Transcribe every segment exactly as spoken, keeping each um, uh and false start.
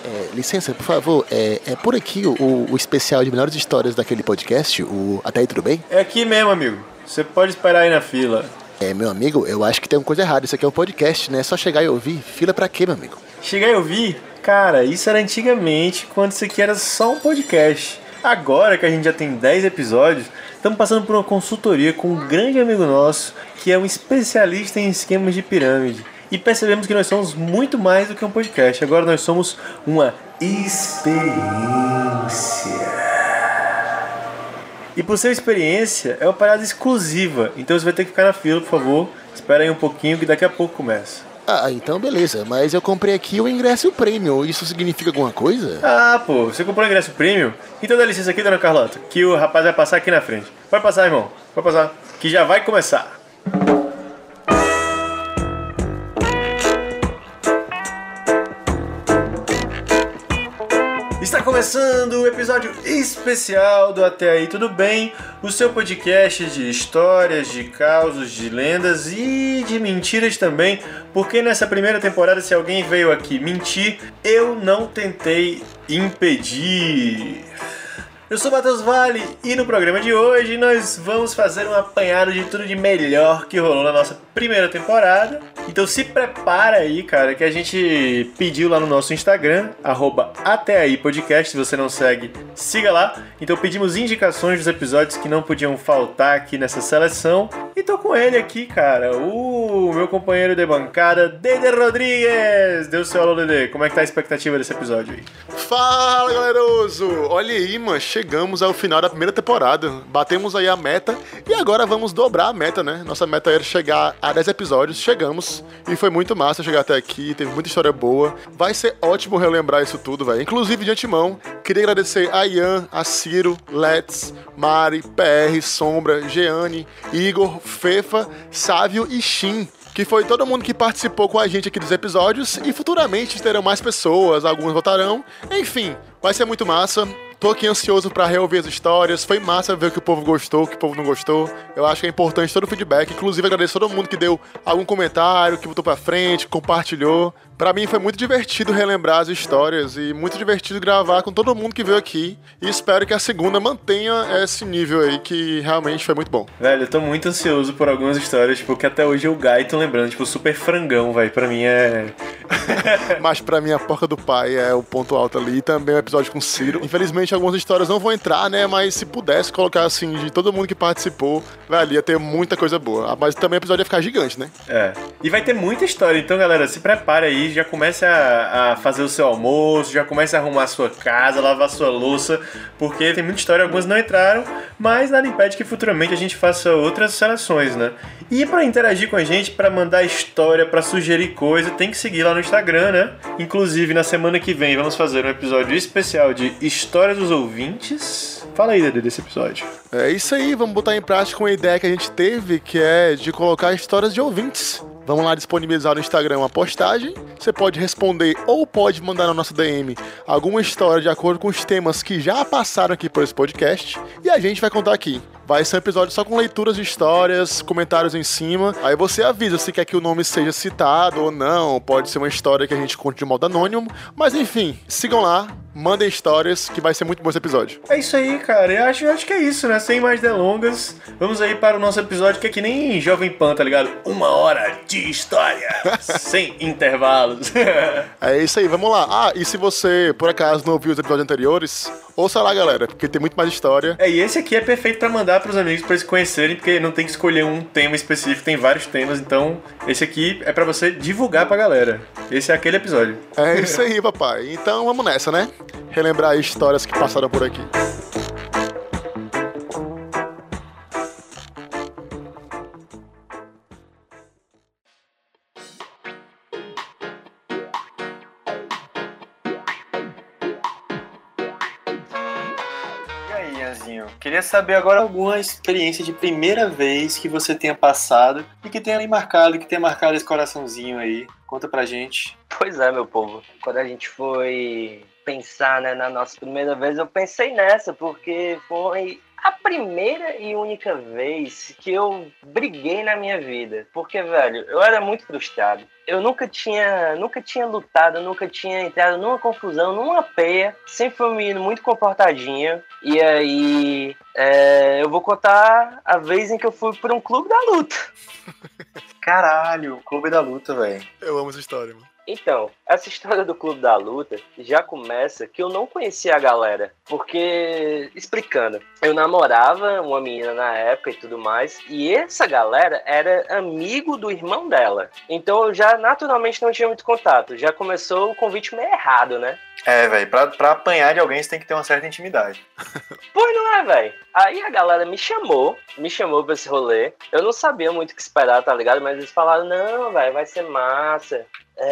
É, licença, por favor, é, é por aqui o, o especial de melhores histórias daquele podcast, o Até Aí Tudo Bem? É aqui mesmo, amigo. Você pode esperar aí na fila. É, meu amigo, eu acho que tem uma coisa errada. Isso aqui é um podcast, né? É só chegar e ouvir. Fila pra quê, meu amigo? Chegar e ouvir? Cara, isso era antigamente, quando isso aqui era só um podcast. Agora que a gente já tem dez episódios, estamos passando por uma consultoria com um grande amigo nosso, que é um especialista em esquemas de pirâmide. E percebemos que nós somos muito mais do que um podcast. Agora nós somos uma experiência. E por ser experiência, é uma parada exclusiva. Então você vai ter que ficar na fila, por favor. Espera aí um pouquinho que daqui a pouco começa. Ah, então beleza. Mas eu comprei aqui o ingresso premium. Isso significa alguma coisa? Ah, pô, você comprou o ingresso premium? Então dá licença aqui, dona Carlota, que o rapaz vai passar aqui na frente. Pode passar, irmão. Pode passar. Que já vai começar. Está começando o episódio especial do Até Aí Tudo Bem, o seu podcast de histórias, de causos, de lendas e de mentiras também, porque nessa primeira temporada, se alguém veio aqui mentir, eu não tentei impedir. Eu sou o Matheus Vale e no programa de hoje nós vamos fazer um apanhado de tudo de melhor que rolou na nossa primeira temporada. Então se prepara aí, cara, que a gente pediu lá no nosso Instagram, arroba Até Aí Podcast, se você não segue, siga lá. Então pedimos indicações dos episódios que não podiam faltar aqui nessa seleção. E tô com ele aqui, cara, o meu companheiro de bancada, Dede Rodrigues. Dê o seu alô, Dede. Como é que tá a expectativa desse episódio aí? Fala, galeroso! Olha aí, mano, chegamos ao final da primeira temporada. Batemos aí a meta e agora vamos dobrar a meta, né? Nossa meta era chegar a dez episódios, chegamos. E foi muito massa chegar até aqui, teve muita história boa. Vai ser ótimo relembrar isso tudo, velho. Inclusive, de antemão, queria agradecer a Ian, a Ciro, Let's, Mari, P R, Sombra, Jeane, Igor, Fefa, Sávio e Shin, que foi todo mundo que participou com a gente aqui dos episódios, e futuramente terão mais pessoas, alguns voltarão. Enfim, vai ser muito massa. Tô aqui ansioso pra reouvir as histórias. Foi massa ver o que o povo gostou, o que o povo não gostou. Eu acho que é importante todo o feedback. Inclusive, agradeço a todo mundo que deu algum comentário, que botou pra frente, compartilhou. Pra mim foi muito divertido relembrar as histórias e muito divertido gravar com todo mundo que veio aqui. E espero que a segunda mantenha esse nível aí, que realmente foi muito bom. Velho, eu tô muito ansioso por algumas histórias, tipo, que até hoje eu gaito lembrando, tipo, super frangão, velho. Pra mim é... Mas pra mim a porca do pai é o ponto alto ali. E também o episódio com Ciro. Infelizmente algumas histórias não vão entrar, né? Mas se pudesse colocar assim, de todo mundo que participou, velho, ia ter muita coisa boa. Mas também o episódio ia ficar gigante, né? É. E vai ter muita história, então galera, se prepare aí. Já comece a, a fazer o seu almoço, já comece a arrumar a sua casa, lavar a sua louça, porque tem muita história, algumas não entraram, mas nada impede que futuramente a gente faça outras seleções, né? E pra interagir com a gente, pra mandar história, pra sugerir coisa, tem que seguir lá no Instagram, né? Inclusive, na semana que vem, vamos fazer um episódio especial de História dos Ouvintes. Fala aí, Dede, desse episódio. É isso aí, vamos botar em prática uma ideia que a gente teve, que é de colocar histórias de ouvintes. Vamos lá disponibilizar no Instagram uma postagem. Você pode responder ou pode mandar na nossa D M alguma história de acordo com os temas que já passaram aqui por esse podcast. E a gente vai contar aqui. Vai ser um episódio só com leituras de histórias, comentários em cima. Aí você avisa se quer que o nome seja citado ou não. Pode ser uma história que a gente conte de modo anônimo. Mas enfim, sigam lá, mandem histórias, que vai ser muito bom esse episódio. É isso aí, cara. Eu acho, eu acho que é isso, né? Sem mais delongas, vamos aí para o nosso episódio, que é que nem Jovem Pan, tá ligado? Uma hora de história, sem intervalos. É isso aí, vamos lá. Ah, e se você, por acaso, não ouviu os episódios anteriores, ouça lá, galera, porque tem muito mais história. É, e esse aqui é perfeito pra mandar pros amigos, pra eles conhecerem, porque não tem que escolher um tema específico, tem vários temas, então esse aqui é pra você divulgar pra galera. Esse é aquele episódio. É isso aí, papai. Então vamos nessa, né? Relembrar histórias que passaram por aqui. Queria saber agora alguma experiência de primeira vez que você tenha passado e que tenha me marcado, que tenha marcado esse coraçãozinho aí. Conta pra gente. Pois é, meu povo. Quando a gente foi pensar, né, na nossa primeira vez, eu pensei nessa, porque foi A primeira e única vez que eu briguei na minha vida. Porque, velho, eu era muito frustrado. Eu nunca tinha, nunca tinha lutado, nunca tinha entrado numa confusão, numa peia. Sempre fui um menino muito comportadinho. E aí, é, eu vou contar a vez em que eu fui para um clube da luta. Caralho, Clube da Luta, velho. Eu amo essa história, mano. Então, essa história do Clube da Luta já começa que eu não conhecia a galera. Porque, explicando, eu namorava uma menina na época e tudo mais, e essa galera era amigo do irmão dela. Então eu já naturalmente não tinha muito contato. Já começou o convite meio errado, né? É, velho, pra, pra apanhar de alguém você tem que ter uma certa intimidade. Pois não é, velho? Aí a galera me chamou, me chamou pra esse rolê. Eu não sabia muito o que esperar, tá ligado? Mas eles falaram, não, velho, vai ser massa.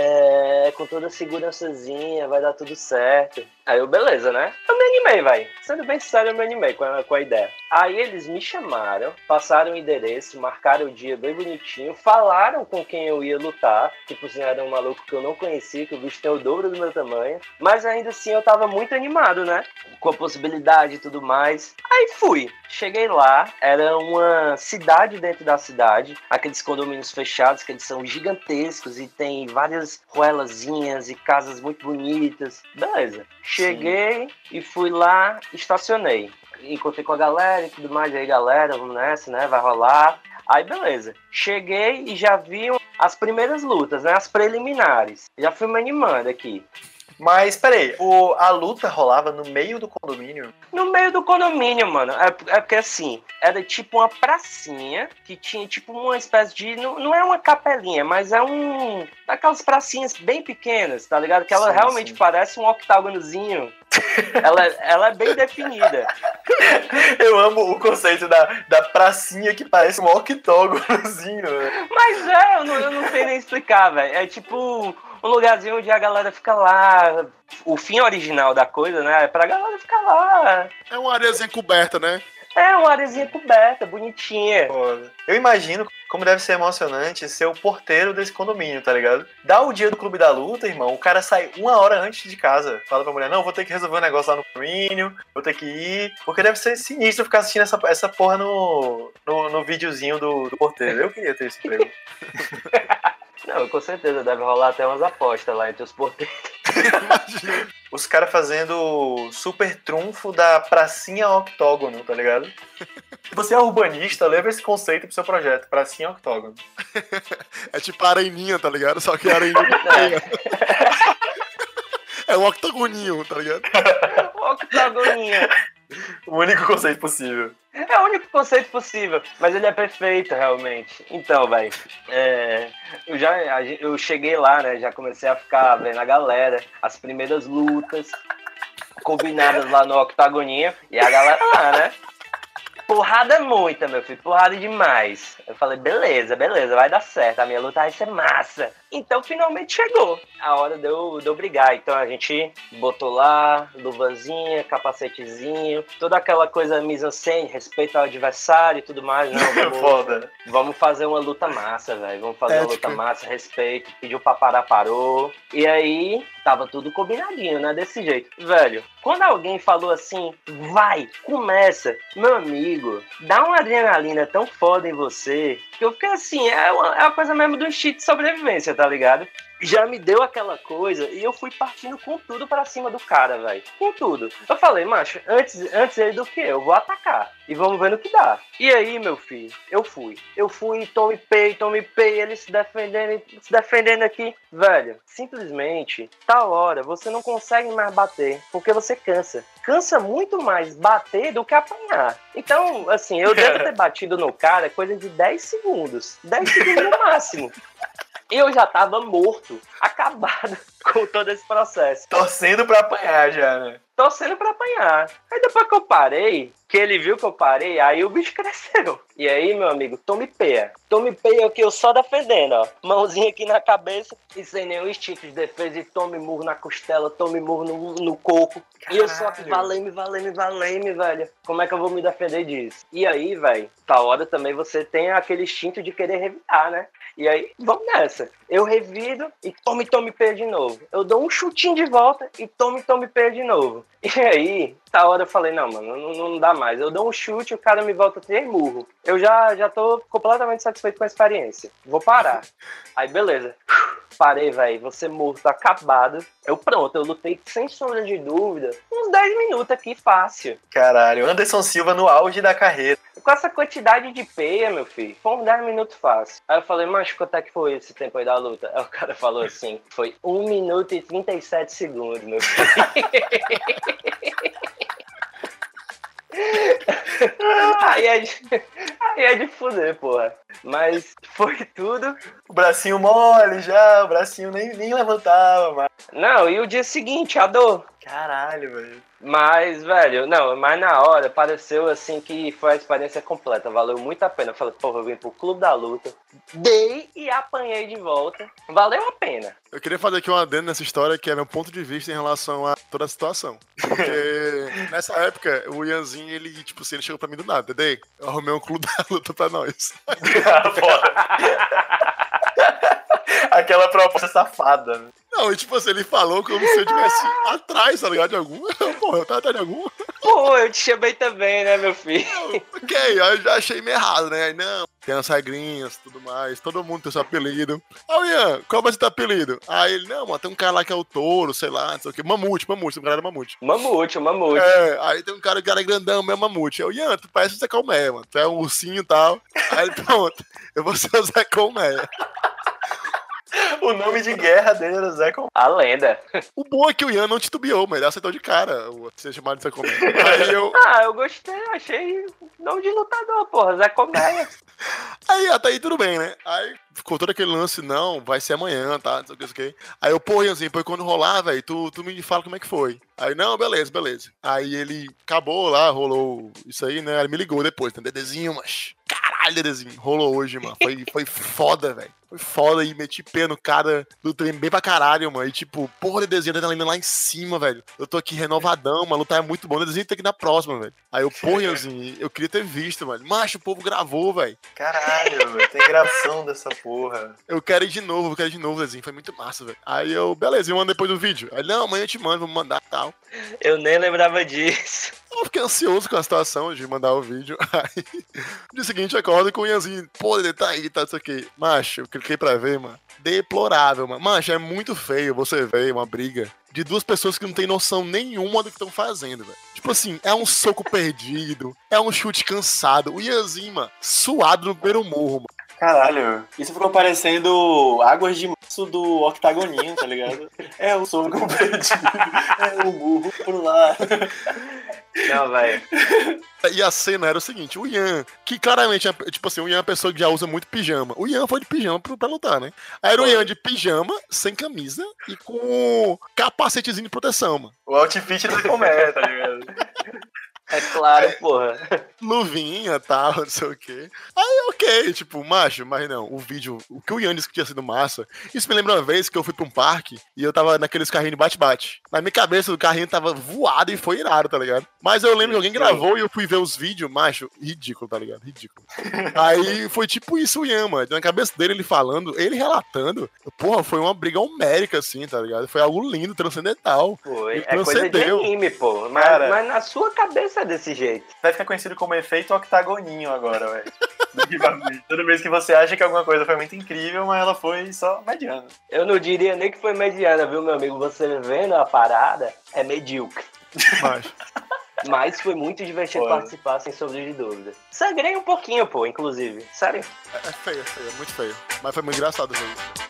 É, com toda a segurançazinha, vai dar tudo certo. Aí eu, beleza, né? Eu me animei, velho. Sendo bem sério, eu me animei com a, com a ideia. Aí eles me chamaram, passaram o endereço, marcaram o dia bem bonitinho, falaram com quem eu ia lutar. Tipo assim, era um maluco que eu não conhecia, que o bicho tem o dobro do meu tamanho. Mas ainda assim eu tava muito animado, né? Com a possibilidade e tudo mais. Aí fui. Cheguei lá, era uma cidade dentro da cidade. Aqueles condomínios fechados, que eles são gigantescos e tem várias ruelazinhas e casas muito bonitas. Beleza. Cheguei Sim. e fui lá, estacionei. Encontrei com a galera e tudo mais. E aí, galera, vamos nessa, né? Vai rolar. Aí, beleza. Cheguei e já vi as primeiras lutas, né? As preliminares. Já fui me animando aqui. Mas, peraí, o, a luta rolava no meio do condomínio? No meio do condomínio, mano. É, é porque, assim, era tipo uma pracinha que tinha tipo uma espécie de... Não, não é uma capelinha, mas é um... Aquelas pracinhas bem pequenas, tá ligado? Que ela sim, realmente sim. parece um octágonozinho. ela, ela é bem definida. Eu amo o conceito da, da pracinha que parece um octógonozinho. Mas é, eu não, eu não sei nem explicar, velho. É tipo... um lugarzinho onde a galera fica lá. O fim original da coisa, né? É pra galera ficar lá. É uma areazinha coberta, né? É, uma areazinha coberta, bonitinha. Foda. Eu imagino como deve ser emocionante ser o porteiro desse condomínio, tá ligado? Dá o dia do Clube da Luta, irmão, o cara sai uma hora antes de casa. Fala pra mulher, não, vou ter que resolver um negócio lá no condomínio, vou ter que ir. Porque deve ser sinistro ficar assistindo essa, essa porra no, no, no videozinho do, do porteiro. Eu queria ter esse emprego. Não, com certeza deve rolar até umas apostas lá entre os porteiros. Os caras fazendo super trunfo da pracinha octógono, tá ligado? Se você é urbanista, leva esse conceito pro seu projeto, pracinha octógono. É tipo a areninha, tá ligado? Só que a areninha é. É um octogoninho, tá ligado? Octogoninho. O único conceito possível. É o único conceito possível, mas ele é perfeito, realmente. Então, velho, é, eu já eu cheguei lá, né? Já comecei a ficar vendo a galera, as primeiras lutas combinadas lá no octagoninho e a galera lá, né? Porrada muita, meu filho, porrada demais. Eu falei, beleza, beleza, vai dar certo, a minha luta vai ser massa. Então, finalmente chegou a hora de eu, de eu brigar. Então, a gente botou lá, luvazinha, capacetezinho, toda aquela coisa mise-en-scène, respeito ao adversário e tudo mais. Não, vamos, Foda. Vamos fazer uma luta massa, velho. Vamos fazer é, uma luta tipo... massa, respeito. Pediu pra parar, parou. E aí, tava tudo combinadinho, né? Desse jeito. Velho, quando alguém falou assim, vai, começa, meu amigo, dá uma adrenalina tão foda em você, que eu fiquei assim, é uma, é uma coisa mesmo do instinto de sobrevivência, tá ligado? Já me deu aquela coisa e eu fui partindo com tudo pra cima do cara, velho. Com tudo. Eu falei, macho, antes, antes ele do que eu, vou atacar. E vamos ver no que dá. E aí, meu filho, eu fui. Eu fui, tome pay, tome pay, ele se defendendo, se defendendo aqui. Velho, simplesmente, tal hora, você não consegue mais bater, porque você cansa. Cansa muito mais bater do que apanhar. Então, assim, eu devo ter batido no cara coisa de dez segundos. dez segundos no máximo. Eu já tava morto, acabado com todo esse processo. Torcendo pra apanhar já, né? Torcendo pra apanhar. Aí depois que eu parei, que ele viu que eu parei, aí o bicho cresceu. E aí, meu amigo, tome peia. Tome peia aqui, eu só defendendo, ó. Mãozinha aqui na cabeça e sem nenhum instinto de defesa. E tome murro na costela, tome murro no, no coco. Caralho. E eu só aqui, valei-me, valei-me, valei-me, velho. Como é que eu vou me defender disso? E aí, velho, tá hora também você tem aquele instinto de querer revidar, né? E aí, vamos nessa. Eu reviro e tome, tome pé de novo. Eu dou um chutinho de volta e tome, tome pé de novo. E aí, tá hora eu falei, não, mano, não, não dá mais. Eu dou um chute e o cara me volta três murros. Eu já, já tô completamente satisfeito com a experiência. Vou parar. Aí, beleza. Parei, velho. Você morto, acabado. Eu pronto, eu lutei sem sombra de dúvida. Uns dez minutos aqui, fácil. Caralho, Anderson Silva no auge da carreira. Com essa quantidade de peia, meu filho, foi uns dez minutos fácil. Aí eu falei, mas quanto é que foi esse tempo aí da luta? Aí o cara falou assim, foi um minuto e trinta e sete segundos, meu filho. Aí é, de, aí é de fuder, porra. Mas foi tudo. O bracinho mole já, o bracinho nem, nem levantava, mano. Não, e o dia seguinte, a dor. Caralho, velho. Mas, velho, não, mas na hora pareceu assim que foi a experiência completa, valeu muito a pena. Eu falei, porra, eu vim pro Clube da Luta, dei e apanhei de volta, valeu a pena. Eu queria fazer aqui um adendo nessa história, que é meu ponto de vista em relação a toda a situação. Porque nessa época, o Ianzinho, ele, tipo assim, ele chegou pra mim do nada, Dedê, eu arrumei um Clube da Luta pra nós. Aquela proposta safada, né? Não, e tipo assim, ele falou como se eu estivesse atrás, tá ligado, de algum. Porra, eu tava atrás de algum. Pô, eu te chamei também, né, meu filho? Ok, aí eu já achei meio errado, né? Aí, não, tem as regrinhas, tudo mais, todo mundo tem seu apelido. Aí o Ian, qual vai ser teu apelido? Aí ele, não, mano, tem um cara lá que é o Touro, sei lá, não sei o quê. Mamute, Mamute, um cara era Mamute. Mamute, o Mamute. É, aí tem um cara que era grandão, meu Mamute. Aí o Ian, tu parece o Zé Colmeia, mano. Tu é um ursinho e tal. Aí ele, pronto, eu vou ser o Zé Colmeia. O nome de guerra dele era Zé Colmeia. A lenda. O bom é que o Ian não titubeou, mas ele aceitou de cara ser chamado de Zé Colmeia. Aí eu... Ah, eu gostei, achei nome de lutador, porra, Zé Colmeia. Aí até aí tudo bem, né? Aí ficou todo aquele lance, não, vai ser amanhã, tá? Não sei o que, não sei o que. Aí eu, pô, Ianzinho, depois quando rolar, velho, tu, tu me fala como é que foi. Aí, não, beleza, beleza. Aí ele acabou lá, rolou isso aí, né? Aí ele me ligou depois, né? Dedezinho, mas... Caralho, Dedezinho, rolou hoje, mano. Foi, foi foda, velho. Foi foda e meti pé no cara do trem bem pra caralho, mano. E tipo, porra, Dedezinho, adrenalina lá em cima, velho. Eu tô aqui renovadão, mano. Lutar é muito bom. Dedezinho tem que ir na próxima, velho. Aí eu, porra, Ianzinho, eu queria ter visto, mano. Macho, o povo gravou, velho. Caralho, velho. Tem gravação dessa porra. Eu quero ir de novo, eu quero ir de novo, Dedezinho. Foi muito massa, velho. Aí eu, beleza, eu mando depois do vídeo. Aí, não, amanhã eu te mando, vou mandar e tal. Eu nem lembrava disso. Eu fiquei ansioso com a situação de mandar o vídeo. Aí, no dia seguinte, eu acordo com o Ianzinho. Pô, ele tá aí, tá isso aqui. Macho, eu cliquei pra ver, mano. Deplorável, mano. Macho, é muito feio você ver uma briga de duas pessoas que não tem noção nenhuma do que estão fazendo, velho. Tipo assim, é um soco perdido, é um chute cansado. O Ianzinho, mano, suado no primeiro morro, mano. Caralho, isso ficou parecendo águas de março do octagoninho, tá ligado? É o soco perdido, é o burro pro lado. Não, velho. E a cena era o seguinte, o Ian, que claramente, é, tipo assim, o Ian é uma pessoa que já usa muito pijama. O Ian foi de pijama pra, pra lutar, né? Aí era o Ian de pijama, sem camisa e com capacetezinho de proteção, mano. O outfit da comédia, tá ligado? É claro, porra. Luvinha e tal, não sei o quê. Aí, ok, tipo, macho, mas não, o vídeo, o que o Ian disse que tinha sido massa, isso me lembra uma vez que eu fui pra um parque e eu tava naqueles carrinhos de bate-bate. Na minha cabeça, o carrinho tava voado e foi irado, tá ligado? Mas eu lembro que alguém gravou e eu fui ver os vídeos, macho, ridículo, tá ligado? Ridículo. Aí foi tipo isso o Ian, mano. Na cabeça dele, ele falando, ele relatando, porra, foi uma briga homérica, assim, tá ligado? Foi algo lindo, transcendental. Foi, ele é coisa de anime, pô. Mas, Cara, mas na sua cabeça é desse jeito. Vai ficar conhecido como efeito octagoninho agora, velho. Toda vez que você acha que alguma coisa foi muito incrível, mas ela foi só mediana. Eu não diria nem que foi mediana, viu, meu amigo? Você vendo a parada, é medíocre. Mas... Mas foi muito divertido Foi. participar, sem sombra de dúvida. Sangrei um pouquinho, pô, inclusive. Sério. É, é feio, é feio, é muito feio. Mas foi muito engraçado ver isso.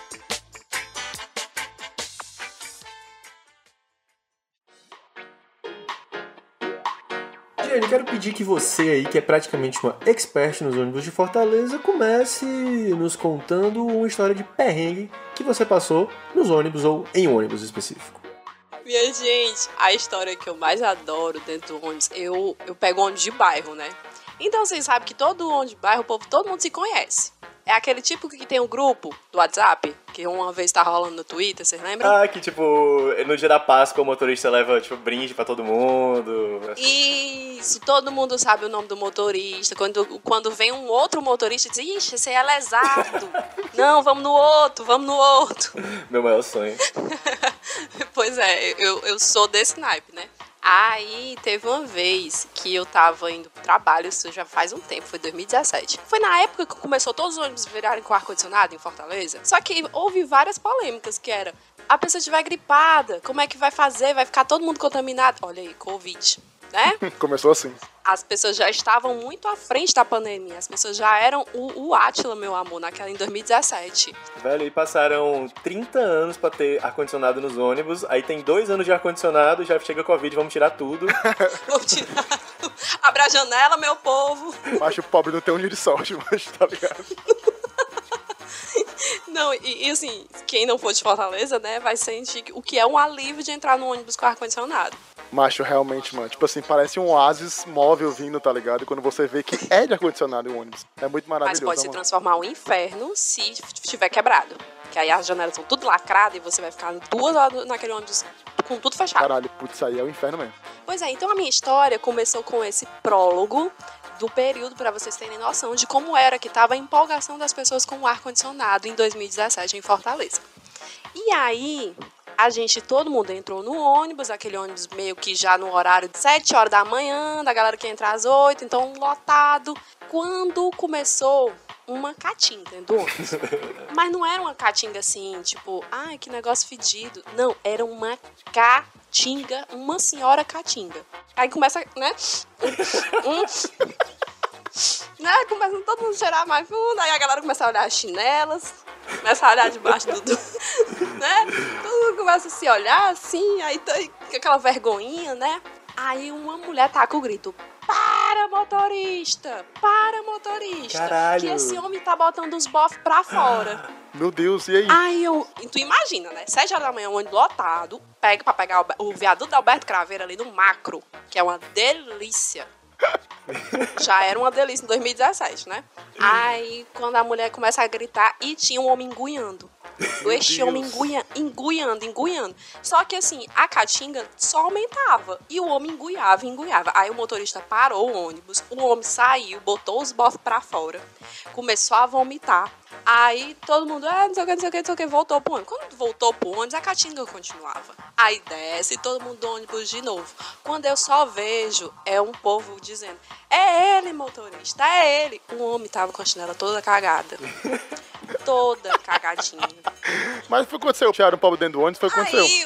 Gente, quero pedir que você aí, que é praticamente uma expert nos ônibus de Fortaleza, comece nos contando uma história de perrengue que você passou nos ônibus ou em um ônibus específico. Minha gente, a história que eu mais adoro dentro do ônibus, eu, eu pego ônibus de bairro, né? Então vocês sabem que todo ônibus de bairro, o povo, todo mundo se conhece. É aquele tipo que tem um grupo do WhatsApp, que uma vez tá rolando no Twitter, vocês lembram? Ah, que tipo, no dia da Páscoa o motorista leva, tipo, brinde pra todo mundo. Isso, todo mundo sabe o nome do motorista. Quando, quando vem um outro motorista, diz, ixi, esse aí é lesado. Não, vamos no outro, vamos no outro. Meu maior sonho. Pois é, eu, eu sou desse naipe, né? Aí teve uma vez que eu tava indo pro trabalho, isso já faz um tempo, foi dois mil e dezessete. Foi na época que começou todos os ônibus virarem com ar-condicionado em Fortaleza. Só que houve várias polêmicas, que era, a pessoa estiver gripada, como é que vai fazer? Vai ficar todo mundo contaminado? Olha aí, Covid, né? Começou assim. As pessoas já estavam muito à frente da pandemia. As pessoas já eram o, o Átila, meu amor, naquela em dois mil e dezessete. Velho, e passaram trinta anos pra ter ar-condicionado nos ônibus. Aí tem dois anos de ar-condicionado, já chega Covid, vamos tirar tudo. Vamos tirar. Abre a janela, meu povo. Acho o pobre não tem um dia de sorte, mas tá ligado? Não, e, e assim, quem não for de Fortaleza, né, vai sentir o que é um alívio de entrar no ônibus com ar-condicionado. Macho, realmente, mano. Tipo assim, parece um oásis móvel vindo, tá ligado? Quando você vê que é de ar-condicionado o ônibus. É muito maravilhoso. Mas pode se mano. transformar um inferno se estiver quebrado. Que aí as janelas são tudo lacradas e você vai ficar duas horas naquele ônibus com tudo fechado. Caralho, putz, aí é o inferno mesmo. Pois é, então a minha história começou com esse prólogo do período, para vocês terem noção de como era que estava a empolgação das pessoas com o ar-condicionado em dois mil e dezessete em Fortaleza. E aí, a gente, todo mundo entrou no ônibus, aquele ônibus meio que já no horário de sete horas da manhã, da galera que entra às oito, então lotado. Quando começou uma caatinga dentro do ônibus. Mas não era uma caatinga assim, tipo, ai, que negócio fedido. Não, era uma caatinga, uma senhora caatinga. Aí começa, né? Um, um, né? Começa todo mundo a cheirar mais fundo, aí a galera começa a olhar as chinelas, começa a olhar debaixo do... do né? Todo mundo começa a se olhar assim, aí tá aquela vergonhinha, né? Aí uma mulher tá com o grito, para, motorista! Para, motorista! Caralho. Que esse homem tá botando os bofs pra fora. Meu Deus, e aí? Aí eu... E tu imagina, né? Sete horas da manhã, um ônibus lotado, pega pra pegar o, o viaduto da Alberto Craveiro ali no Macro, que é uma delícia. Já era uma delícia em dois mil e dezessete, né? Aí, quando a mulher começa a gritar, e tinha um homem enguiando. Este homem enguia, enguiando, enguiando. Só que assim, a caatinga só aumentava. E o homem enguiava, enguiava. Aí o motorista parou o ônibus, o homem saiu, botou os bofs pra fora, começou a vomitar. Aí todo mundo, ah, não sei o que, não sei o que, não sei o que, voltou pro ônibus. Quando voltou pro ônibus, a caatinga continuava. Aí desce todo mundo do ônibus de novo. Quando eu só vejo, é um povo dizendo, é ele, motorista, é ele. O homem tava com a chinela toda cagada. Toda cagadinha. Mas o que aconteceu? Tiraram o pobre dentro do ônibus, foi o que aconteceu. Aí,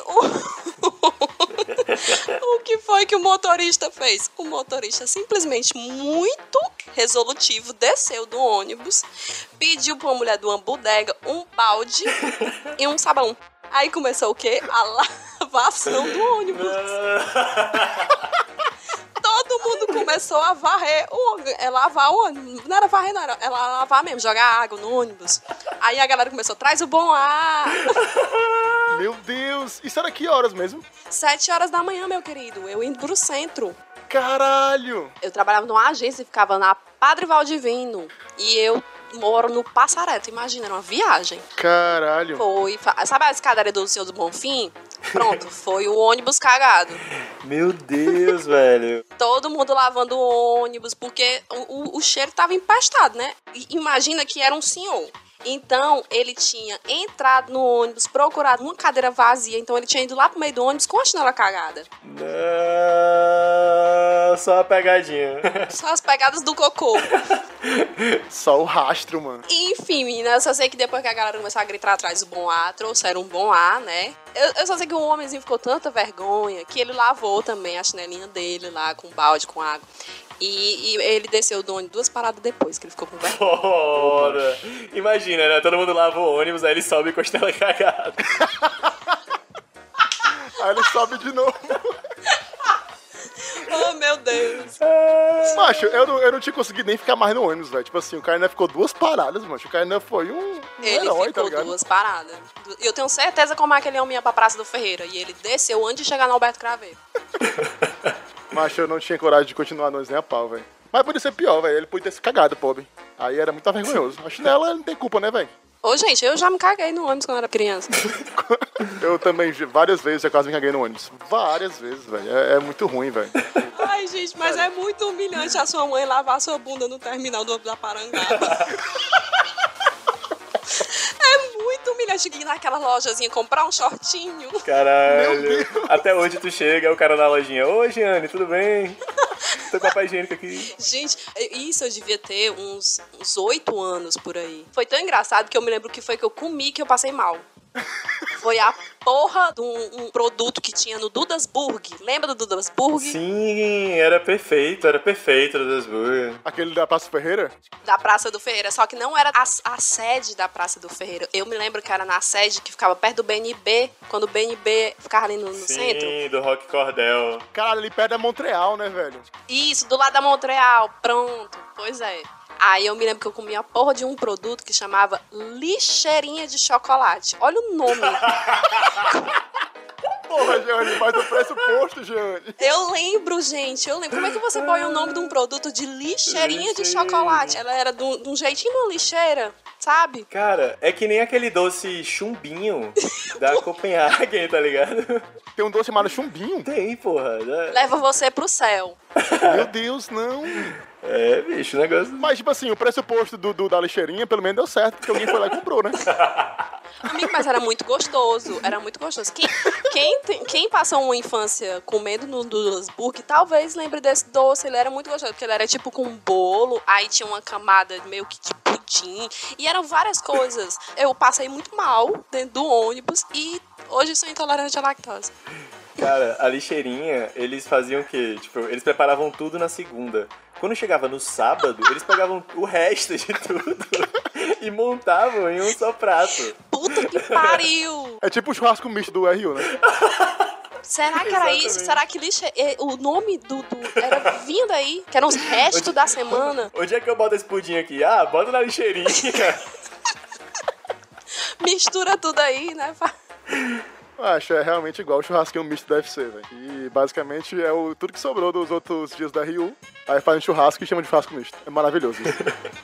o... o que foi que o motorista fez? O motorista simplesmente muito resolutivo desceu do ônibus, pediu pra uma mulher de uma bodega um balde e um sabão. Aí começou o quê? A lavação do ônibus. Todo mundo começou a varrer o ônibus, é lavar o ônibus. Não era varrer, não, era, era lavar mesmo, jogar água no ônibus. Aí a galera começou, traz o bom ar. Meu Deus, isso era que horas mesmo? Sete horas da manhã, meu querido, eu indo pro centro. Caralho! Eu trabalhava numa agência e ficava na Padre Valdivino. E eu moro no Passareto, imagina, era uma viagem. Caralho! Foi, sabe a escadaria do Senhor do Bonfim? Pronto, foi o ônibus cagado. Meu Deus, velho. Todo mundo lavando o ônibus, porque o, o, o cheiro tava empastado, né? E imagina que era um senhor. Então, ele tinha entrado no ônibus, procurado uma cadeira vazia, então ele tinha ido lá pro meio do ônibus com a chinela cagada. Não, só a pegadinha. Só as pegadas do cocô. Só o rastro, mano. Enfim, menina, eu só sei que depois que a galera começou a gritar atrás do bom ar, trouxeram um bom ar, né? Eu, eu só sei que o homenzinho ficou tanta vergonha que ele lavou também a chinelinha dele lá com balde, com água. E, e ele desceu do ônibus duas paradas depois, que ele ficou com vergonha. Ora, imagina, né? Todo mundo lava o ônibus, aí ele sobe com a costela cagada. Aí ele sobe de novo. Oh, meu Deus. Macho, eu não, eu não tinha conseguido nem ficar mais no ônibus, velho. Tipo assim, o Kainan ficou duas paradas, macho. O Kainan foi um, um Ele herói, tá ficou ligado? duas paradas. Eu tenho certeza como aquele homem ia pra Praça do Ferreira. E ele desceu antes de chegar no Alberto Craveiro. Macho, eu não tinha coragem de continuar no ônibus nem a pau, velho. Mas podia ser pior, velho. Ele podia ter se cagado, pobre. Aí era muito vergonhoso. A chinela não tem culpa, né, velho? Ô, gente, eu já me caguei no ônibus quando era criança. Eu também, várias vezes, eu quase me caguei no ônibus. Várias vezes, velho. É, é muito ruim, velho. Ai, gente, mas é muito humilhante a sua mãe lavar a sua bunda no terminal do da Parangaba. É muito humilhante ir naquela lojazinha comprar um shortinho. Caralho. Até hoje tu chega, o cara na lojinha. Ô, Giane, tudo bem? Tô com papel higiênico aqui. Gente, isso eu devia ter uns oito anos por aí. Foi tão engraçado que eu me lembro que foi que eu comi que eu passei mal. Foi a porra de um, um produto que tinha no Dudas Burg. Lembra do Dudas Burg? Sim, era perfeito, era perfeito o Dudas Burg. Aquele da Praça Ferreira? Da Praça do Ferreira, só que não era a, a sede da Praça do Ferreira. Eu me lembro que era na sede que ficava perto do B N B, quando o B N B ficava ali no, no Sim, centro. Sim, do Rock Cordel. Caralho, ali perto da Montreal, né, velho? Isso, do lado da Montreal, pronto. Pois é. Aí eu me lembro que eu comi a porra de um produto que chamava lixeirinha de chocolate. Olha o nome. Porra, Jeane, faz o pressuposto, Jeane. Eu lembro, gente, eu lembro. Como é que você põe o nome de um produto de lixeirinha de chocolate? Ela era de um, de um jeitinho uma lixeira, sabe? Cara, é que nem aquele doce chumbinho da Copenhagen, tá ligado? Tem um doce chamado chumbinho? Tem, porra. Né? Leva você pro céu. Meu Deus, não. É, bicho, o negócio... Mas, tipo assim, o pressuposto do, do, da lixeirinha, pelo menos deu certo, porque alguém foi lá e comprou, né? Amigo, mas era muito gostoso. Era muito gostoso. Quem, quem, tem, quem passou uma infância comendo no Dudas Burg, talvez lembre desse doce. Ele era muito gostoso, porque ele era tipo com um bolo, aí tinha uma camada meio que de pudim, e eram várias coisas. Eu passei muito mal dentro do ônibus e hoje sou intolerante à lactose. Cara, a lixeirinha, eles faziam o quê? Tipo, eles preparavam tudo na segunda. Quando chegava no sábado, eles pegavam o resto de tudo e montavam em um só prato. Puta que pariu! É tipo o churrasco misto do R U, né? Será que era isso? Será que lixe... o nome do, do... era vindo aí? Que eram os restos Onde... da semana? Onde é que eu boto esse pudim aqui? Ah, bota na lixeirinha. Mistura tudo aí, né? Acho, é realmente igual o churrasquinho misto deve ser, velho. E basicamente é o, tudo que sobrou dos outros dias da R U. Aí fazem churrasco e chamam de churrasco misto. É maravilhoso isso.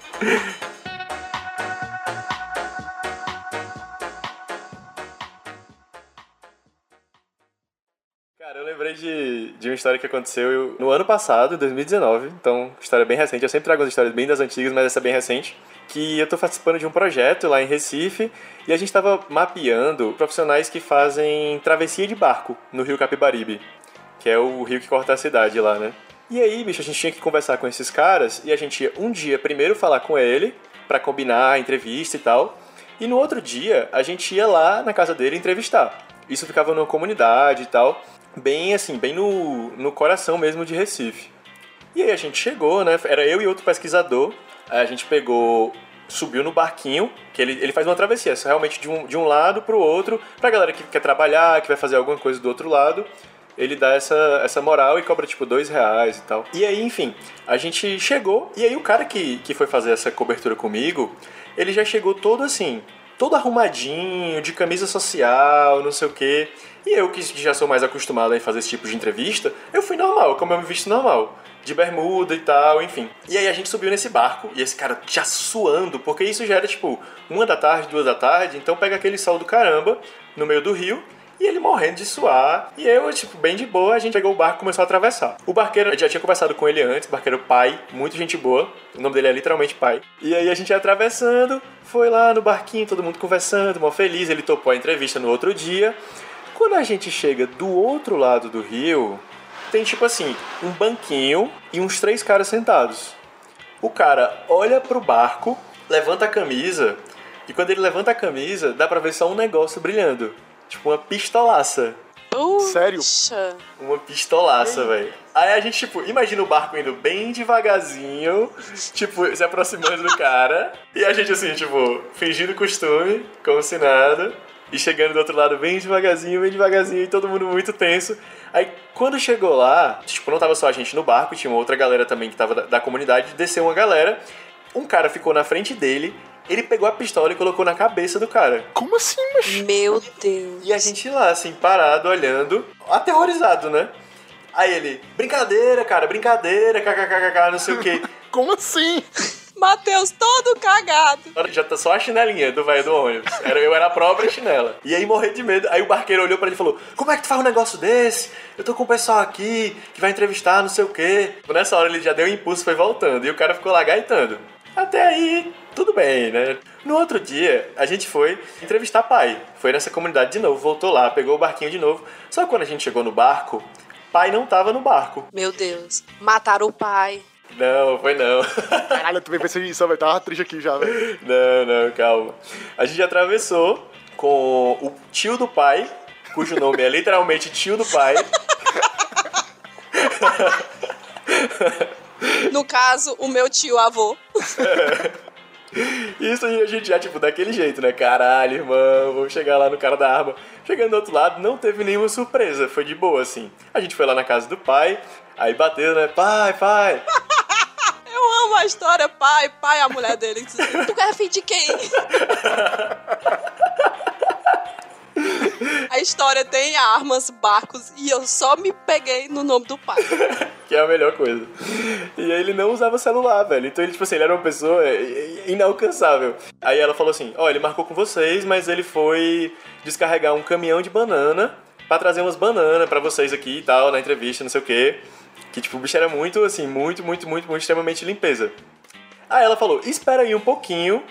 Cara, eu lembrei de, de uma história que aconteceu no ano passado, em dois mil e dezenove. Então, história bem recente. Eu sempre trago as histórias bem das antigas, mas essa é bem recente. Que eu tô participando de um projeto lá em Recife e a gente tava mapeando profissionais que fazem travessia de barco no rio Capibaribe, que é o rio que corta a cidade lá, né? E aí, bicho, a gente tinha que conversar com esses caras e a gente ia um dia primeiro falar com ele pra combinar a entrevista e tal, e no outro dia a gente ia lá na casa dele entrevistar. Isso ficava numa comunidade e tal, bem assim, bem no, no coração mesmo de Recife. E aí a gente chegou, né? Era eu e outro pesquisador. Aí a gente pegou, subiu no barquinho, que ele, ele faz uma travessia, realmente de um, de um lado pro outro, pra galera que quer trabalhar, que vai fazer alguma coisa do outro lado, ele dá essa, essa moral e cobra tipo dois reais e tal. E aí, enfim, a gente chegou, e aí o cara que, que foi fazer essa cobertura comigo, ele já chegou todo assim, todo arrumadinho, de camisa social, não sei o quê. E eu, que já sou mais acostumado a fazer esse tipo de entrevista, eu fui normal, como eu me visto normal. De bermuda e tal, enfim. E aí a gente subiu nesse barco, e esse cara já suando, porque isso já era tipo uma da tarde, duas da tarde, então pega aquele sol do caramba no meio do rio, e ele morrendo de suar, e eu, tipo, bem de boa, a gente pegou o barco e começou a atravessar. O barqueiro, eu já tinha conversado com ele antes, barqueiro pai, muito gente boa, o nome dele é literalmente pai. E aí a gente ia atravessando, foi lá no barquinho, todo mundo conversando, mó feliz, ele topou a entrevista no outro dia. Quando a gente chega do outro lado do rio, tem tipo assim, um banquinho e uns três caras sentados. O cara olha pro barco, levanta a camisa, e quando ele levanta a camisa, dá pra ver só um negócio brilhando. Tipo uma pistolaça. Puxa. Sério? Uma pistolaça, velho. Aí a gente, tipo, imagina o barco indo bem devagarzinho, tipo, se aproximando do cara, e a gente assim, tipo, fingindo costume, como se nada, e chegando do outro lado bem devagarzinho, bem devagarzinho, e todo mundo muito tenso. Aí, quando chegou lá, tipo, não tava só a gente no barco, tinha uma outra galera também que tava da, da comunidade, desceu uma galera, um cara ficou na frente dele, ele pegou a pistola e colocou na cabeça do cara. Como assim, macho? Meu Deus. E a gente lá, assim, parado, olhando, aterrorizado, né? Aí ele, brincadeira, cara, brincadeira, kkkk, não sei o quê. Como assim? Matheus todo cagado. Já tá só a chinelinha do velho do ônibus. Era, eu era a própria chinela. E aí morrer de medo. Aí o barqueiro olhou pra ele e falou, como é que tu faz um negócio desse? Eu tô com o pessoal aqui que vai entrevistar, não sei o quê. Nessa hora ele já deu um impulso e foi voltando. E o cara ficou lá gaitando. Até aí, tudo bem, né? No outro dia, a gente foi entrevistar pai. Foi nessa comunidade de novo, voltou lá, pegou o barquinho de novo. Só que quando a gente chegou no barco, pai não tava no barco. Meu Deus, mataram o pai. Não, foi não. Caralho, eu também pensei nisso, velho. Tava triste aqui já, velho. Não, não, calma. A gente atravessou com o tio do pai, cujo nome é literalmente tio do pai. No caso, o meu tio-avô. Isso aí a gente já, tipo, daquele jeito, né? Caralho, irmão, vamos chegar lá no cara da arma. Chegando do outro lado, não teve nenhuma surpresa, foi de boa, assim. A gente foi lá na casa do pai, aí bateu, né? Pai, pai. Eu amo a história, pai, pai, a mulher dele. Tu quer filho de quem? A história tem armas, barcos, e eu só me peguei no nome do pai. Que é a melhor coisa. E aí ele não usava celular, velho. Então ele, tipo assim, ele era uma pessoa inalcançável. Aí ela falou assim, ó, oh, ele marcou com vocês, mas ele foi descarregar um caminhão de banana pra trazer umas bananas pra vocês aqui e tal, na entrevista, não sei o quê. Que, tipo, o bicho era muito, assim, muito, muito, muito, muito, extremamente limpeza. Aí ela falou, espera aí um pouquinho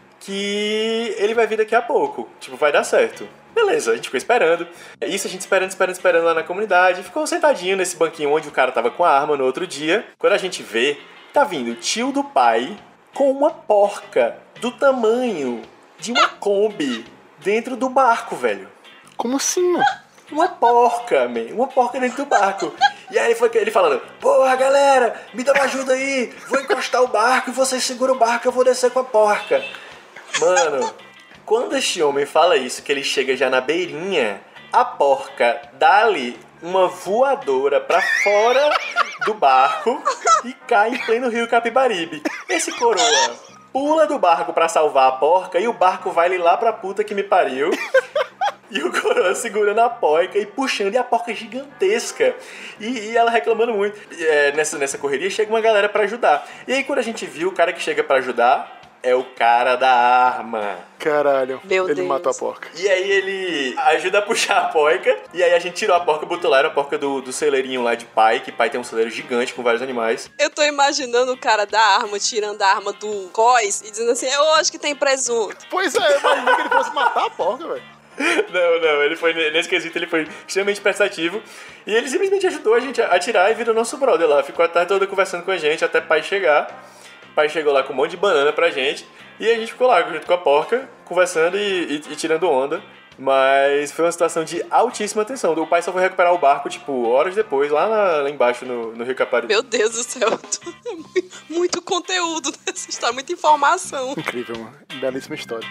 que ele vai vir daqui a pouco. Tipo, vai dar certo. Beleza, a gente ficou esperando. Isso a gente esperando, esperando, esperando lá na comunidade. Ficou sentadinho nesse banquinho onde o cara tava com a arma no outro dia. Quando a gente vê, tá vindo o tio do pai com uma porca do tamanho de uma Kombi dentro do barco, velho. Como assim, mano? Uma porca, man. Uma porca dentro do barco. E aí foi ele falando, porra, galera, me dá uma ajuda aí. Vou encostar o barco e vocês seguram o barco, eu vou descer com a porca. Mano, quando este homem fala isso, que ele chega já na beirinha, a porca dá-lhe uma voadora pra fora do barco e cai em pleno rio Capibaribe. Esse coroa pula do barco pra salvar a porca e o barco vai lá pra puta que me pariu. E o coroa segurando a porca e puxando, e a porca gigantesca. E, e ela reclamando muito. E, é, nessa, nessa correria chega uma galera pra ajudar. E aí quando a gente viu o cara que chega pra ajudar, é o cara da arma. Caralho, Meu ele Deus. matou a porca. E aí ele ajuda a puxar a porca. E aí a gente tirou a porca, botou lá, era a porca do, do celeirinho lá de pai. Que pai tem um celeiro gigante com vários animais. Eu tô imaginando o cara da arma tirando a arma do cós e dizendo assim, eu acho que tem presunto. Pois é, eu imaginei que ele fosse matar a porca, velho. Não, não, ele foi, nesse quesito ele foi extremamente prestativo. E ele simplesmente ajudou a gente a tirar e virou nosso brother lá. Ficou a tarde toda conversando com a gente até pai chegar. O pai chegou lá com um monte de banana pra gente. E a gente ficou lá junto com a porca, conversando e, e, e tirando onda. Mas foi uma situação de altíssima tensão. O pai só foi recuperar o barco, tipo, horas depois, lá, na, lá embaixo no, no Rio Caparibe. Meu Deus do céu, muito conteúdo nessa história, muita informação. Incrível, mano. Belíssima história.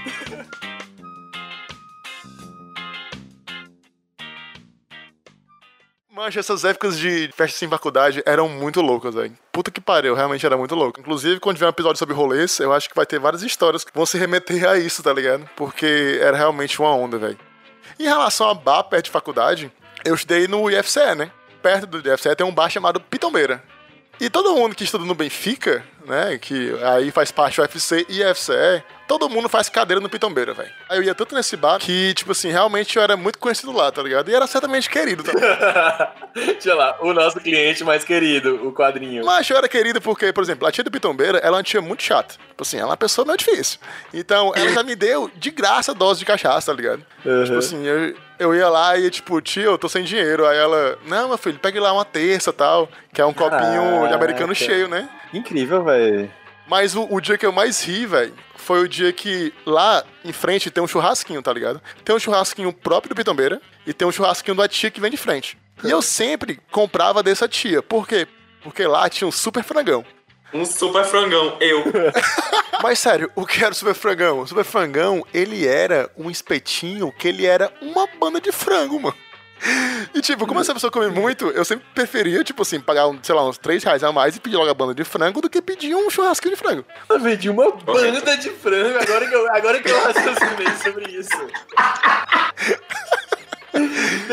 Mancha, essas épocas de festa sem faculdade eram muito loucas, velho. Puta que pariu, realmente era muito louco. Inclusive, quando tiver um episódio sobre rolês, eu acho que vai ter várias histórias que vão se remeter a isso, tá ligado? Porque era realmente uma onda, velho. Em relação a bar perto de faculdade, eu estudei no I F C E, né? Perto do I F C E tem um bar chamado Pitombeira. E todo mundo que estuda no Benfica, né, que aí faz parte do U F C e I F C E, todo mundo faz cadeira no Pitombeira, velho. Aí eu ia tanto nesse bar que, tipo assim, realmente eu era muito conhecido lá, tá ligado? E era certamente querido também. Deixa lá, o nosso cliente mais querido, o quadrinho. Mas eu era querido porque, por exemplo, a tia do Pitombeira, ela é uma tia muito chata. Tipo assim, ela é uma pessoa meio difícil. Então, ela já me deu de graça dose de cachaça, tá ligado? Uhum. Tipo assim, eu, eu ia lá e, tipo, tia, eu tô sem dinheiro. Aí ela, não, meu filho, pegue lá uma terça e tal, que é um Caraca. copinho de americano cheio, né? Incrível, velho. Mas o, o dia que eu mais ri, velho, foi o dia que lá em frente tem um churrasquinho, tá ligado? Tem um churrasquinho próprio do Pitombeira e tem um churrasquinho da tia que vem de frente. E eu sempre comprava dessa tia. Por quê? Porque lá tinha um super frangão. Um super frangão, eu. Mas sério, o que era o super frangão? O super frangão, ele era um espetinho que ele era uma banda de frango, mano. E tipo, como essa pessoa come muito, eu sempre preferia, tipo assim, pagar, sei lá, uns três reais a mais e pedir logo a banda de frango do que pedir um churrasquinho de frango. Eu vendi uma banda de frango, agora que eu, agora que eu raciocinei sobre isso.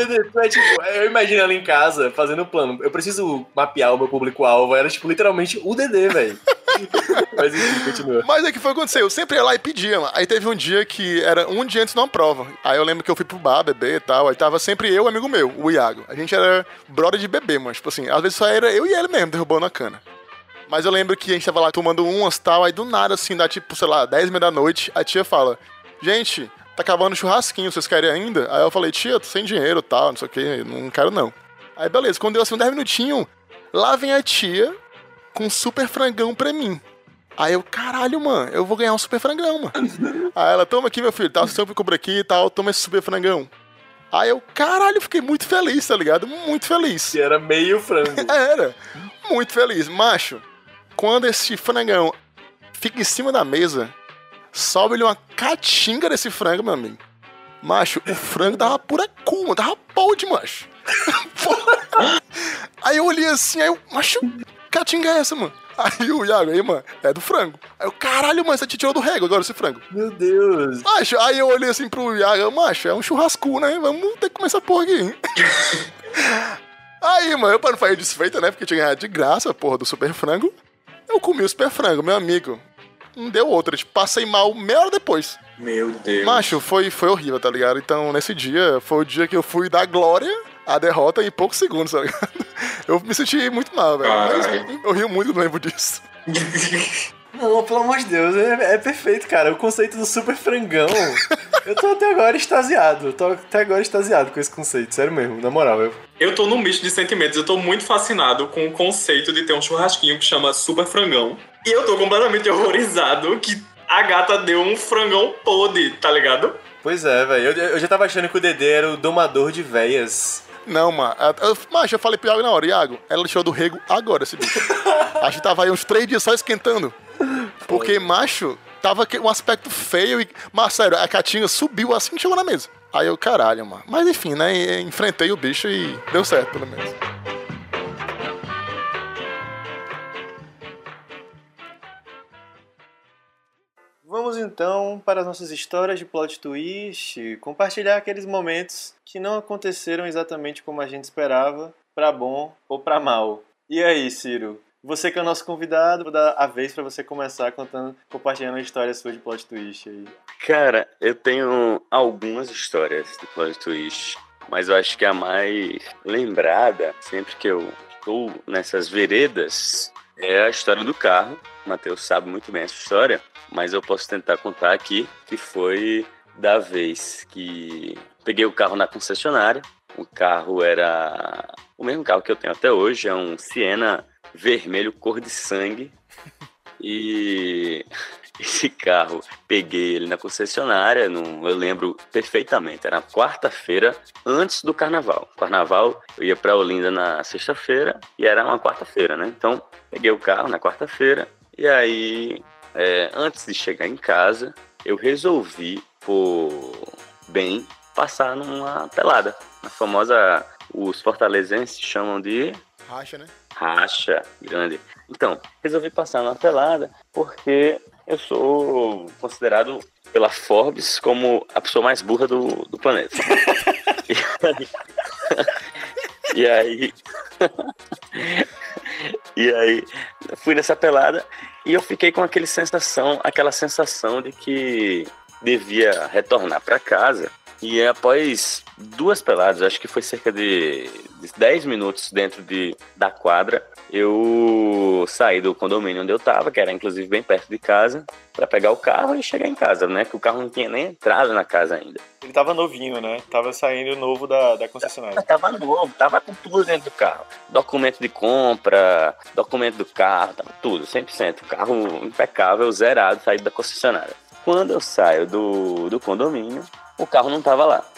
Dedê, tu é tipo, eu imagino ela em casa fazendo um plano. Eu preciso mapear o meu público-alvo. Era tipo, literalmente o Dedê, velho. Mas enfim, continua. Mas é que foi o que aconteceu. Eu sempre ia lá e pedia, mano. Aí teve um dia que era um dia antes de uma prova. Aí eu lembro que eu fui pro bar beber e tal. Aí tava sempre eu e um amigo meu, o Iago. A gente era brother de beber, mas tipo assim, às vezes só era eu e ele mesmo derrubando a cana. Mas eu lembro que a gente tava lá tomando umas e tal. Aí do nada, assim, dá tipo, sei lá, dez e meia da noite, a tia fala: gente, tá acabando o churrasquinho, vocês querem ainda? Aí eu falei: tia, tô sem dinheiro e tal, não sei o que, não quero não. Aí beleza, quando deu assim, dez minutinhos, lá vem a tia com um super frangão pra mim. Aí eu, caralho, mano, eu vou ganhar um super frangão, mano. Aí ela, toma aqui, meu filho, tá, sempre cobra aqui e tal, toma esse super frangão. Aí eu, caralho, fiquei muito feliz, tá ligado? Muito feliz. Que era meio frango. Era, muito feliz. Macho, quando esse frangão fica em cima da mesa, sobe-lhe uma catinga desse frango, meu amigo. Macho, o frango dava pura cu, mano, dava podre, macho. Aí eu olhei assim, aí eu, macho, catinga é essa, mano? Aí o Iago, aí, mano, é do frango. Aí eu, caralho, mano, você te tirou do rego agora esse frango. Meu Deus. Macho, aí eu olhei assim pro Iago, macho, é um churrasco, né? Vamos ter que começar a porra aqui. Aí, mano, eu para não fazer desfeita, né? Porque eu tinha ganhado de graça a porra do super frango. Eu comi o super frango, meu amigo. Não deu outra, tipo, passei mal meia hora depois. Meu Deus. Macho, foi, foi horrível, tá ligado? Então, nesse dia, foi o dia que eu fui dar glória à derrota em poucos segundos, tá ligado? Eu me senti muito mal, velho. Mas eu rio muito, não lembro disso. Não, pelo amor de Deus, é, é perfeito, cara. O conceito do super frangão. Eu tô até agora extasiado. Eu tô até agora extasiado com esse conceito, sério mesmo, na moral. Eu... Eu tô num misto de sentimentos. Eu tô muito fascinado com o conceito de ter um churrasquinho que chama super frangão. E eu tô completamente horrorizado que a gata deu um frangão podre, tá ligado? Pois é, velho. Eu, eu já tava achando que o Dedê era o domador de véias. Não, mano. Eu, macho, eu falei pro Iago na hora, Iago, ela tirou do rego agora esse bicho. A gente tava aí uns três dias só esquentando. Porque, macho, tava um aspecto feio e... Mas, sério, a catinha subiu assim que chegou na mesa. Aí eu, caralho, mano. Mas enfim, né? Enfrentei o bicho e deu certo, pelo menos. Vamos então para as nossas histórias de plot twist, compartilhar aqueles momentos que não aconteceram exatamente como a gente esperava, pra bom ou pra mal. E aí, Ciro? Você que é o nosso convidado, vou dar a vez pra você começar contando, compartilhando a história sua de plot twist aí. Cara, eu tenho algumas histórias de plot twist, mas eu acho que a mais lembrada, sempre que eu estou nessas veredas, é a história do carro. O Matheus sabe muito bem essa história, mas eu posso tentar contar aqui, que foi da vez que peguei o carro na concessionária. O carro era o mesmo carro que eu tenho até hoje, é um Siena vermelho cor de sangue. E esse carro, peguei ele na concessionária, no, eu lembro perfeitamente, era quarta-feira antes do carnaval. Carnaval, eu ia pra Olinda na sexta-feira e era uma quarta-feira, né? Então, peguei o carro na quarta-feira e aí, é, antes de chegar em casa, eu resolvi, por bem, passar numa pelada. A famosa, os fortalezenses chamam de... Racha, né? Racha, grande. Então, resolvi passar numa pelada porque eu sou considerado pela Forbes como a pessoa mais burra do, do planeta. E aí... E aí, fui nessa pelada e eu fiquei com aquele sensação, aquela sensação de que devia retornar para casa. E após duas peladas, acho que foi cerca de dez minutos dentro de, da quadra, eu saí do condomínio onde eu tava, que era inclusive bem perto de casa, para pegar o carro e chegar em casa, né? Porque o carro não tinha nem entrado na casa ainda. Ele tava novinho, né? Tava saindo novo da, da concessionária. Tava novo, tava com tudo dentro do carro. Documento de compra, documento do carro, tava tudo, cem por cento. O carro impecável, zerado, saído da concessionária. Quando eu saio do, do condomínio, o carro não tava lá.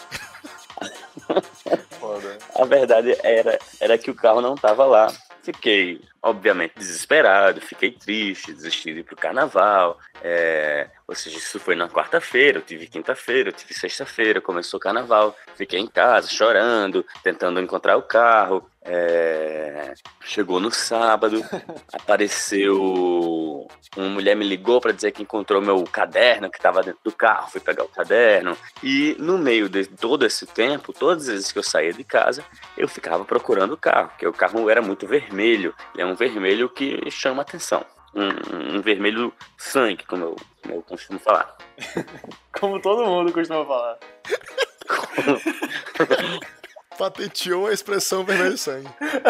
Foda. A verdade era, era que o carro não tava lá. Fiquei, obviamente, desesperado, fiquei triste, desisti de ir pro carnaval. É, Ou seja, isso foi na quarta-feira, eu tive quinta-feira, eu tive sexta-feira, começou o carnaval, fiquei em casa chorando, tentando encontrar o carro. É... Chegou no sábado, apareceu, uma mulher me ligou para dizer que encontrou meu caderno que estava dentro do carro, fui pegar o caderno. E no meio de todo esse tempo, todas as vezes que eu saía de casa, eu ficava procurando o carro, porque o carro era muito vermelho, e é um vermelho que chama atenção. Um, um vermelho sangue, como eu, como eu costumo falar. Como todo mundo costuma falar. Patenteou a expressão vermelho sangue.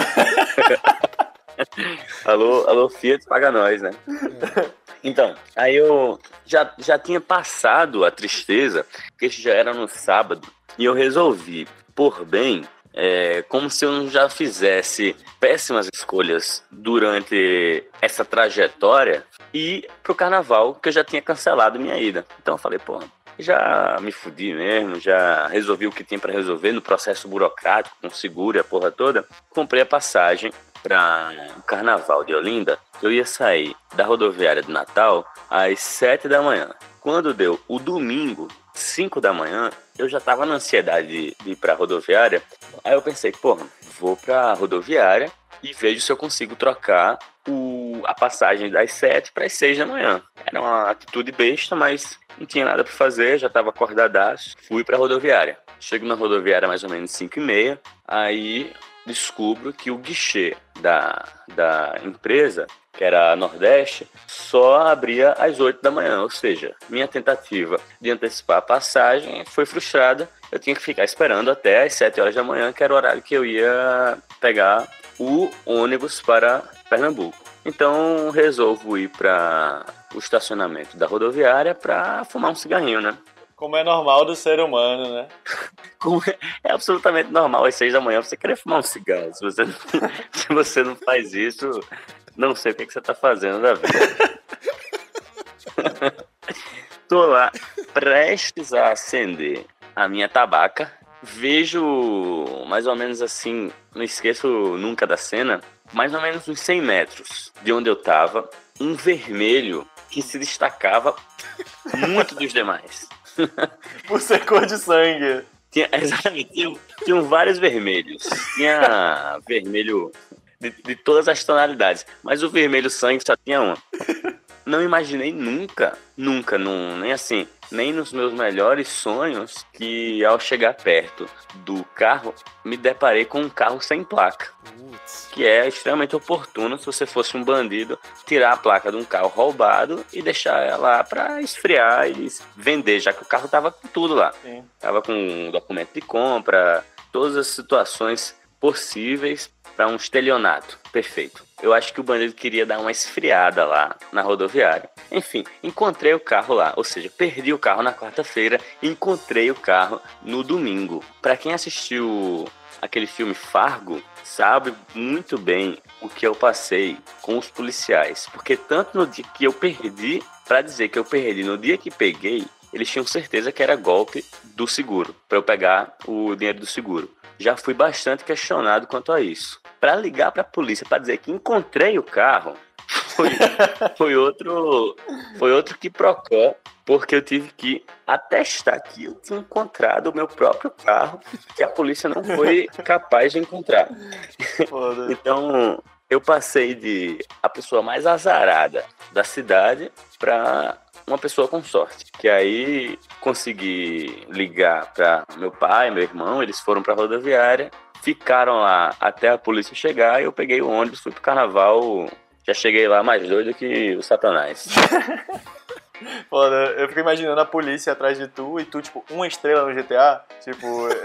alô, alô, Fiat, paga nós, né? É. Então, aí eu já, já tinha passado a tristeza, porque isso já era no sábado, e eu resolvi, por bem, é, como se eu já fizesse péssimas escolhas durante essa trajetória, e pro carnaval, que eu já tinha cancelado minha ida. Então eu falei, pô, já me fudi mesmo, já resolvi o que tinha para resolver no processo burocrático, com seguro e a porra toda. Comprei a passagem para o carnaval de Olinda. Eu ia sair da rodoviária de Natal às sete da manhã. Quando deu o domingo, cinco da manhã, eu já tava na ansiedade de, de ir pra rodoviária. Aí eu pensei, porra, vou pra rodoviária e vejo se eu consigo trocar o, a passagem das sete para as seis da manhã. Era uma atitude besta, mas não tinha nada para fazer, já tava acordadaço. Fui pra rodoviária. Chego na rodoviária mais ou menos cinco e meia, aí descubro que o guichê da, da empresa, que era a Nordeste, só abria às oito da manhã, ou seja, minha tentativa de antecipar a passagem foi frustrada. Eu tinha que ficar esperando até às sete horas da manhã, que era o horário que eu ia pegar o ônibus para Pernambuco. Então resolvo ir para o estacionamento da rodoviária para fumar um cigarrinho, né? Como é normal do ser humano, né? Como é, é absolutamente normal às seis da manhã você querer fumar um cigarro. Se você, se você não faz isso, não sei o que, que você tá fazendo da vida. Tô lá, prestes a acender a minha tabaca. Vejo, mais ou menos assim, não esqueço nunca da cena, mais ou menos uns cem metros de onde eu tava, um vermelho que se destacava muito dos demais. Por ser cor de sangue. Tinha, exatamente, tinham, tinham vários vermelhos. Tinha vermelho de, de todas as tonalidades, mas o vermelho sangue só tinha uma. Não imaginei nunca, nunca, num, nem assim, nem nos meus melhores sonhos, que ao chegar perto do carro, me deparei com um carro sem placa. Que é extremamente oportuno, se você fosse um bandido, tirar a placa de um carro roubado e deixar ela lá para esfriar e vender, já que o carro tava com tudo lá. Sim. Tava com um documento de compra, todas as situações possíveis para um estelionato. Perfeito. Eu acho que o bandido queria dar uma esfriada lá na rodoviária. Enfim, encontrei o carro lá. Ou seja, perdi o carro na quarta-feira e encontrei o carro no domingo. Para quem assistiu aquele filme Fargo, sabe muito bem o que eu passei com os policiais. Porque tanto no dia que eu perdi, para dizer que eu perdi no dia que peguei, eles tinham certeza que era golpe do seguro, para eu pegar o dinheiro do seguro. Já fui bastante questionado quanto a isso. Para ligar para a polícia para dizer que encontrei o carro, foi, foi outro foi outro quiprocó, porque eu tive que atestar que eu tinha encontrado o meu próprio carro, que a polícia não foi capaz de encontrar. Foda. Então, eu passei de a pessoa mais azarada da cidade para uma pessoa com sorte. Que aí consegui ligar para meu pai, meu irmão, eles foram para a rodoviária, ficaram lá até a polícia chegar, e eu peguei o ônibus, fui pro carnaval, já cheguei lá mais doido que o Satanás. Foda, eu fico imaginando a polícia atrás de tu e tu, tipo, uma estrela no G T A, tipo...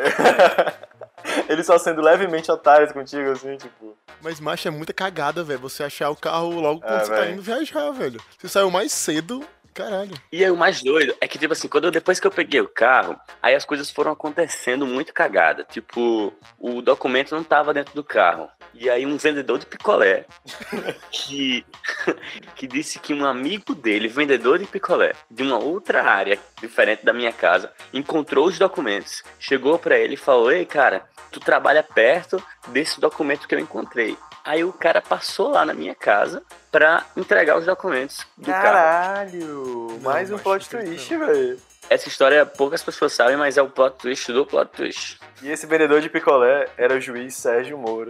Eles só sendo levemente otários contigo, assim, tipo... Mas, macho, é muita cagada, velho, você achar o carro logo quando é, você véio. tá indo viajar, velho. Você saiu mais cedo... Caralho. E aí o mais doido é que, tipo assim, quando eu, depois que eu peguei o carro, aí as coisas foram acontecendo muito cagada. Tipo, o documento não tava dentro do carro. E aí um vendedor de picolé que, que disse que um amigo dele, vendedor de picolé, de uma outra área diferente da minha casa, encontrou os documentos, chegou pra ele e falou: ei, cara, tu trabalha perto desse documento que eu encontrei. Aí o cara passou lá na minha casa pra entregar os documentos do carro. Caralho! Mais um plot twist, velho. Essa história poucas pessoas sabem, mas é o plot twist do plot twist. E esse vendedor de picolé era o juiz Sérgio Moro.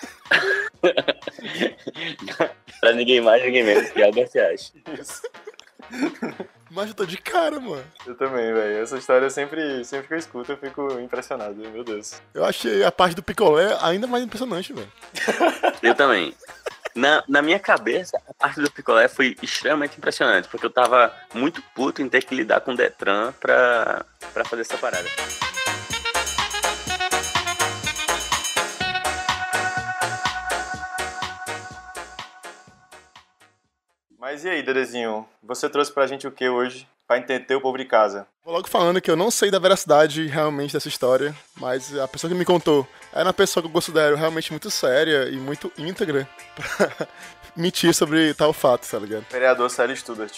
Pra ninguém mais, ninguém menos que Albert Einstein. Isso. Mas eu tô de cara, mano. Eu também, velho. Essa história sempre, sempre que eu escuto, eu fico impressionado, meu Deus. Eu achei a parte do picolé ainda mais impressionante, velho. Eu também. Na, na minha cabeça, a parte do picolé foi extremamente impressionante, porque eu tava muito puto em ter que lidar com o Detran pra, pra fazer essa parada. Mas e aí, Dedezinho? Você trouxe pra gente o que hoje? Pra entender o povo de casa. Vou logo falando que eu não sei da veracidade realmente dessa história, mas a pessoa que me contou era uma pessoa que eu considero realmente muito séria e muito íntegra pra mentir sobre tal fato, tá ligado? Vereador Sally Studart.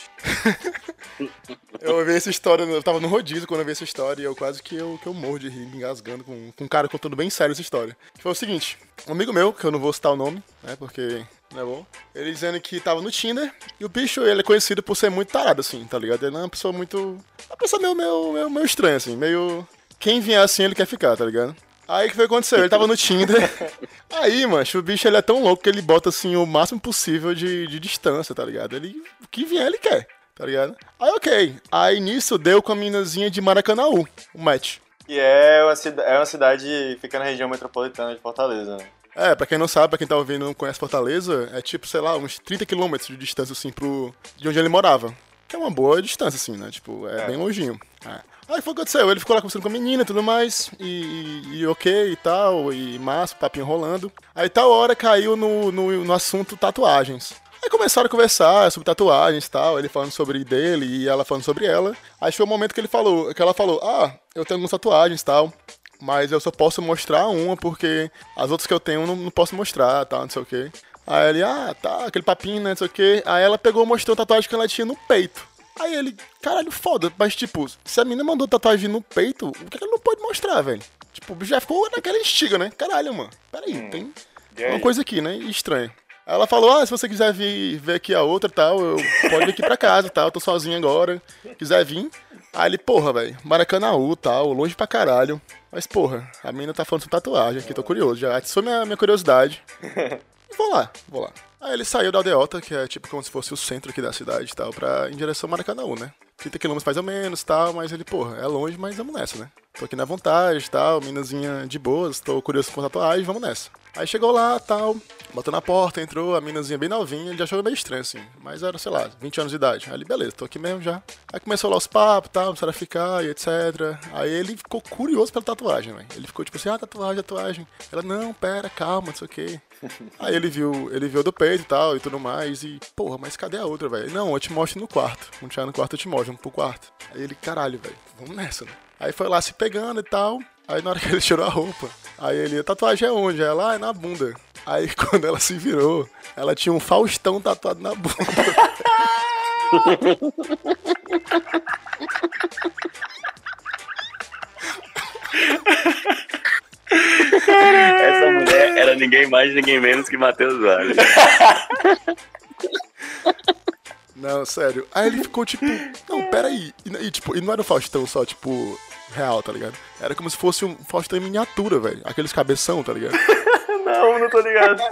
Eu ouvi essa história, eu tava no rodízio quando eu vi essa história e eu quase que eu, que eu morro de rir, me engasgando com, com um cara contando bem sério essa história. Que foi o seguinte, um amigo meu, que eu não vou citar o nome, né, porque não é bom, ele dizendo que tava no Tinder e o bicho, ele é conhecido por ser muito tarado, assim, tá ligado? Ele é uma pessoa muito... uma pessoa meio, meio, meio, meio estranha, assim, meio... quem vier assim, ele quer ficar, tá ligado? Aí o que foi que aconteceu? Ele tava no Tinder. Aí, mancho, o bicho ele é tão louco que ele bota assim o máximo possível de, de distância, tá ligado? Ele, o que vier, ele quer, tá ligado? Aí, ok. Aí nisso deu com a minazinha de Maracanaú, o match. Que é uma, cida- é uma cidade que fica na região metropolitana de Fortaleza, né? É, pra quem não sabe, pra quem tá ouvindo e não conhece Fortaleza, é tipo, sei lá, uns trinta quilômetros de distância, assim, pro... de onde ele morava. Que é uma boa distância, assim, né? Tipo, é, É. bem longinho. É. Aí foi o que aconteceu, ele ficou lá conversando com a menina e tudo mais, e, e, e ok e tal, e massa, papinho rolando. Aí tal hora caiu no, no, no assunto tatuagens. Aí começaram a conversar sobre tatuagens e tal, ele falando sobre dele e ela falando sobre ela. Aí foi o momento que ele falou, que ela falou, ah, eu tenho algumas tatuagens e tal, mas eu só posso mostrar uma porque as outras que eu tenho eu não, não posso mostrar, tal, não sei o que. Aí ele, ah, tá, aquele papinho, né, não sei o que. Aí ela pegou e mostrou a tatuagem que ela tinha no peito. Aí ele, caralho, foda, mas tipo, se a menina mandou tatuagem no peito, o que ela não pode mostrar, velho? Tipo, o bicho já ficou naquela instiga, né? Caralho, mano, peraí, Hum. tem E aí? uma coisa aqui, né, estranha. Aí ela falou, ah, se você quiser vir ver aqui a outra e tal, eu pode vir aqui pra casa e tal, eu tô sozinho agora, quiser vir. Aí ele, porra, velho, Maracanaú e tal, longe pra caralho. Mas, porra, a menina tá falando sobre tatuagem aqui, tô curioso, já atiçou minha, minha curiosidade. Vou lá, vou lá. Aí ele saiu da Aldeota, que é tipo como se fosse o centro aqui da cidade e tal, pra, em direção ao Maracanaú, né? trinta quilômetros mais ou menos e tal, mas ele, porra, é longe, mas vamos nessa, né? Tô aqui na vontade e tal, minazinha de boas, tô curioso com tatuagem, vamos nessa. Aí chegou lá tal, botou na porta, entrou, a minazinha bem novinha, ele já achou meio estranho assim, mas era, sei lá, vinte anos de idade. Aí ele, beleza, tô aqui mesmo já. Aí começou lá os papos e tal, começaram a ficar e etcétera. Aí ele ficou curioso pela tatuagem, velho. Ele ficou tipo assim, ah, tatuagem, tatuagem. Ela, não, pera, calma, não sei o quê. Aí ele viu, ele viu do peito e tal e tudo mais e, porra, mas cadê a outra, velho? Não, eu te mostro no quarto. Quando chegar no quarto eu te mostro, vamos pro quarto. Aí ele, caralho, velho, vamos nessa, né? Aí foi lá se pegando e tal. Aí na hora que ele tirou a roupa, aí ele, a tatuagem é onde? Ela, ah, é na bunda. Aí quando ela se virou, ela tinha um Faustão tatuado na bunda. Essa mulher era ninguém mais, ninguém menos que Matheus Vale. Não, sério. Aí ele ficou tipo, não, peraí. E, e, tipo, e não era o Faustão só, tipo, real, tá ligado? Era como se fosse um Faustão em miniatura, velho. Aqueles cabeção, tá ligado? Não, não tô ligado.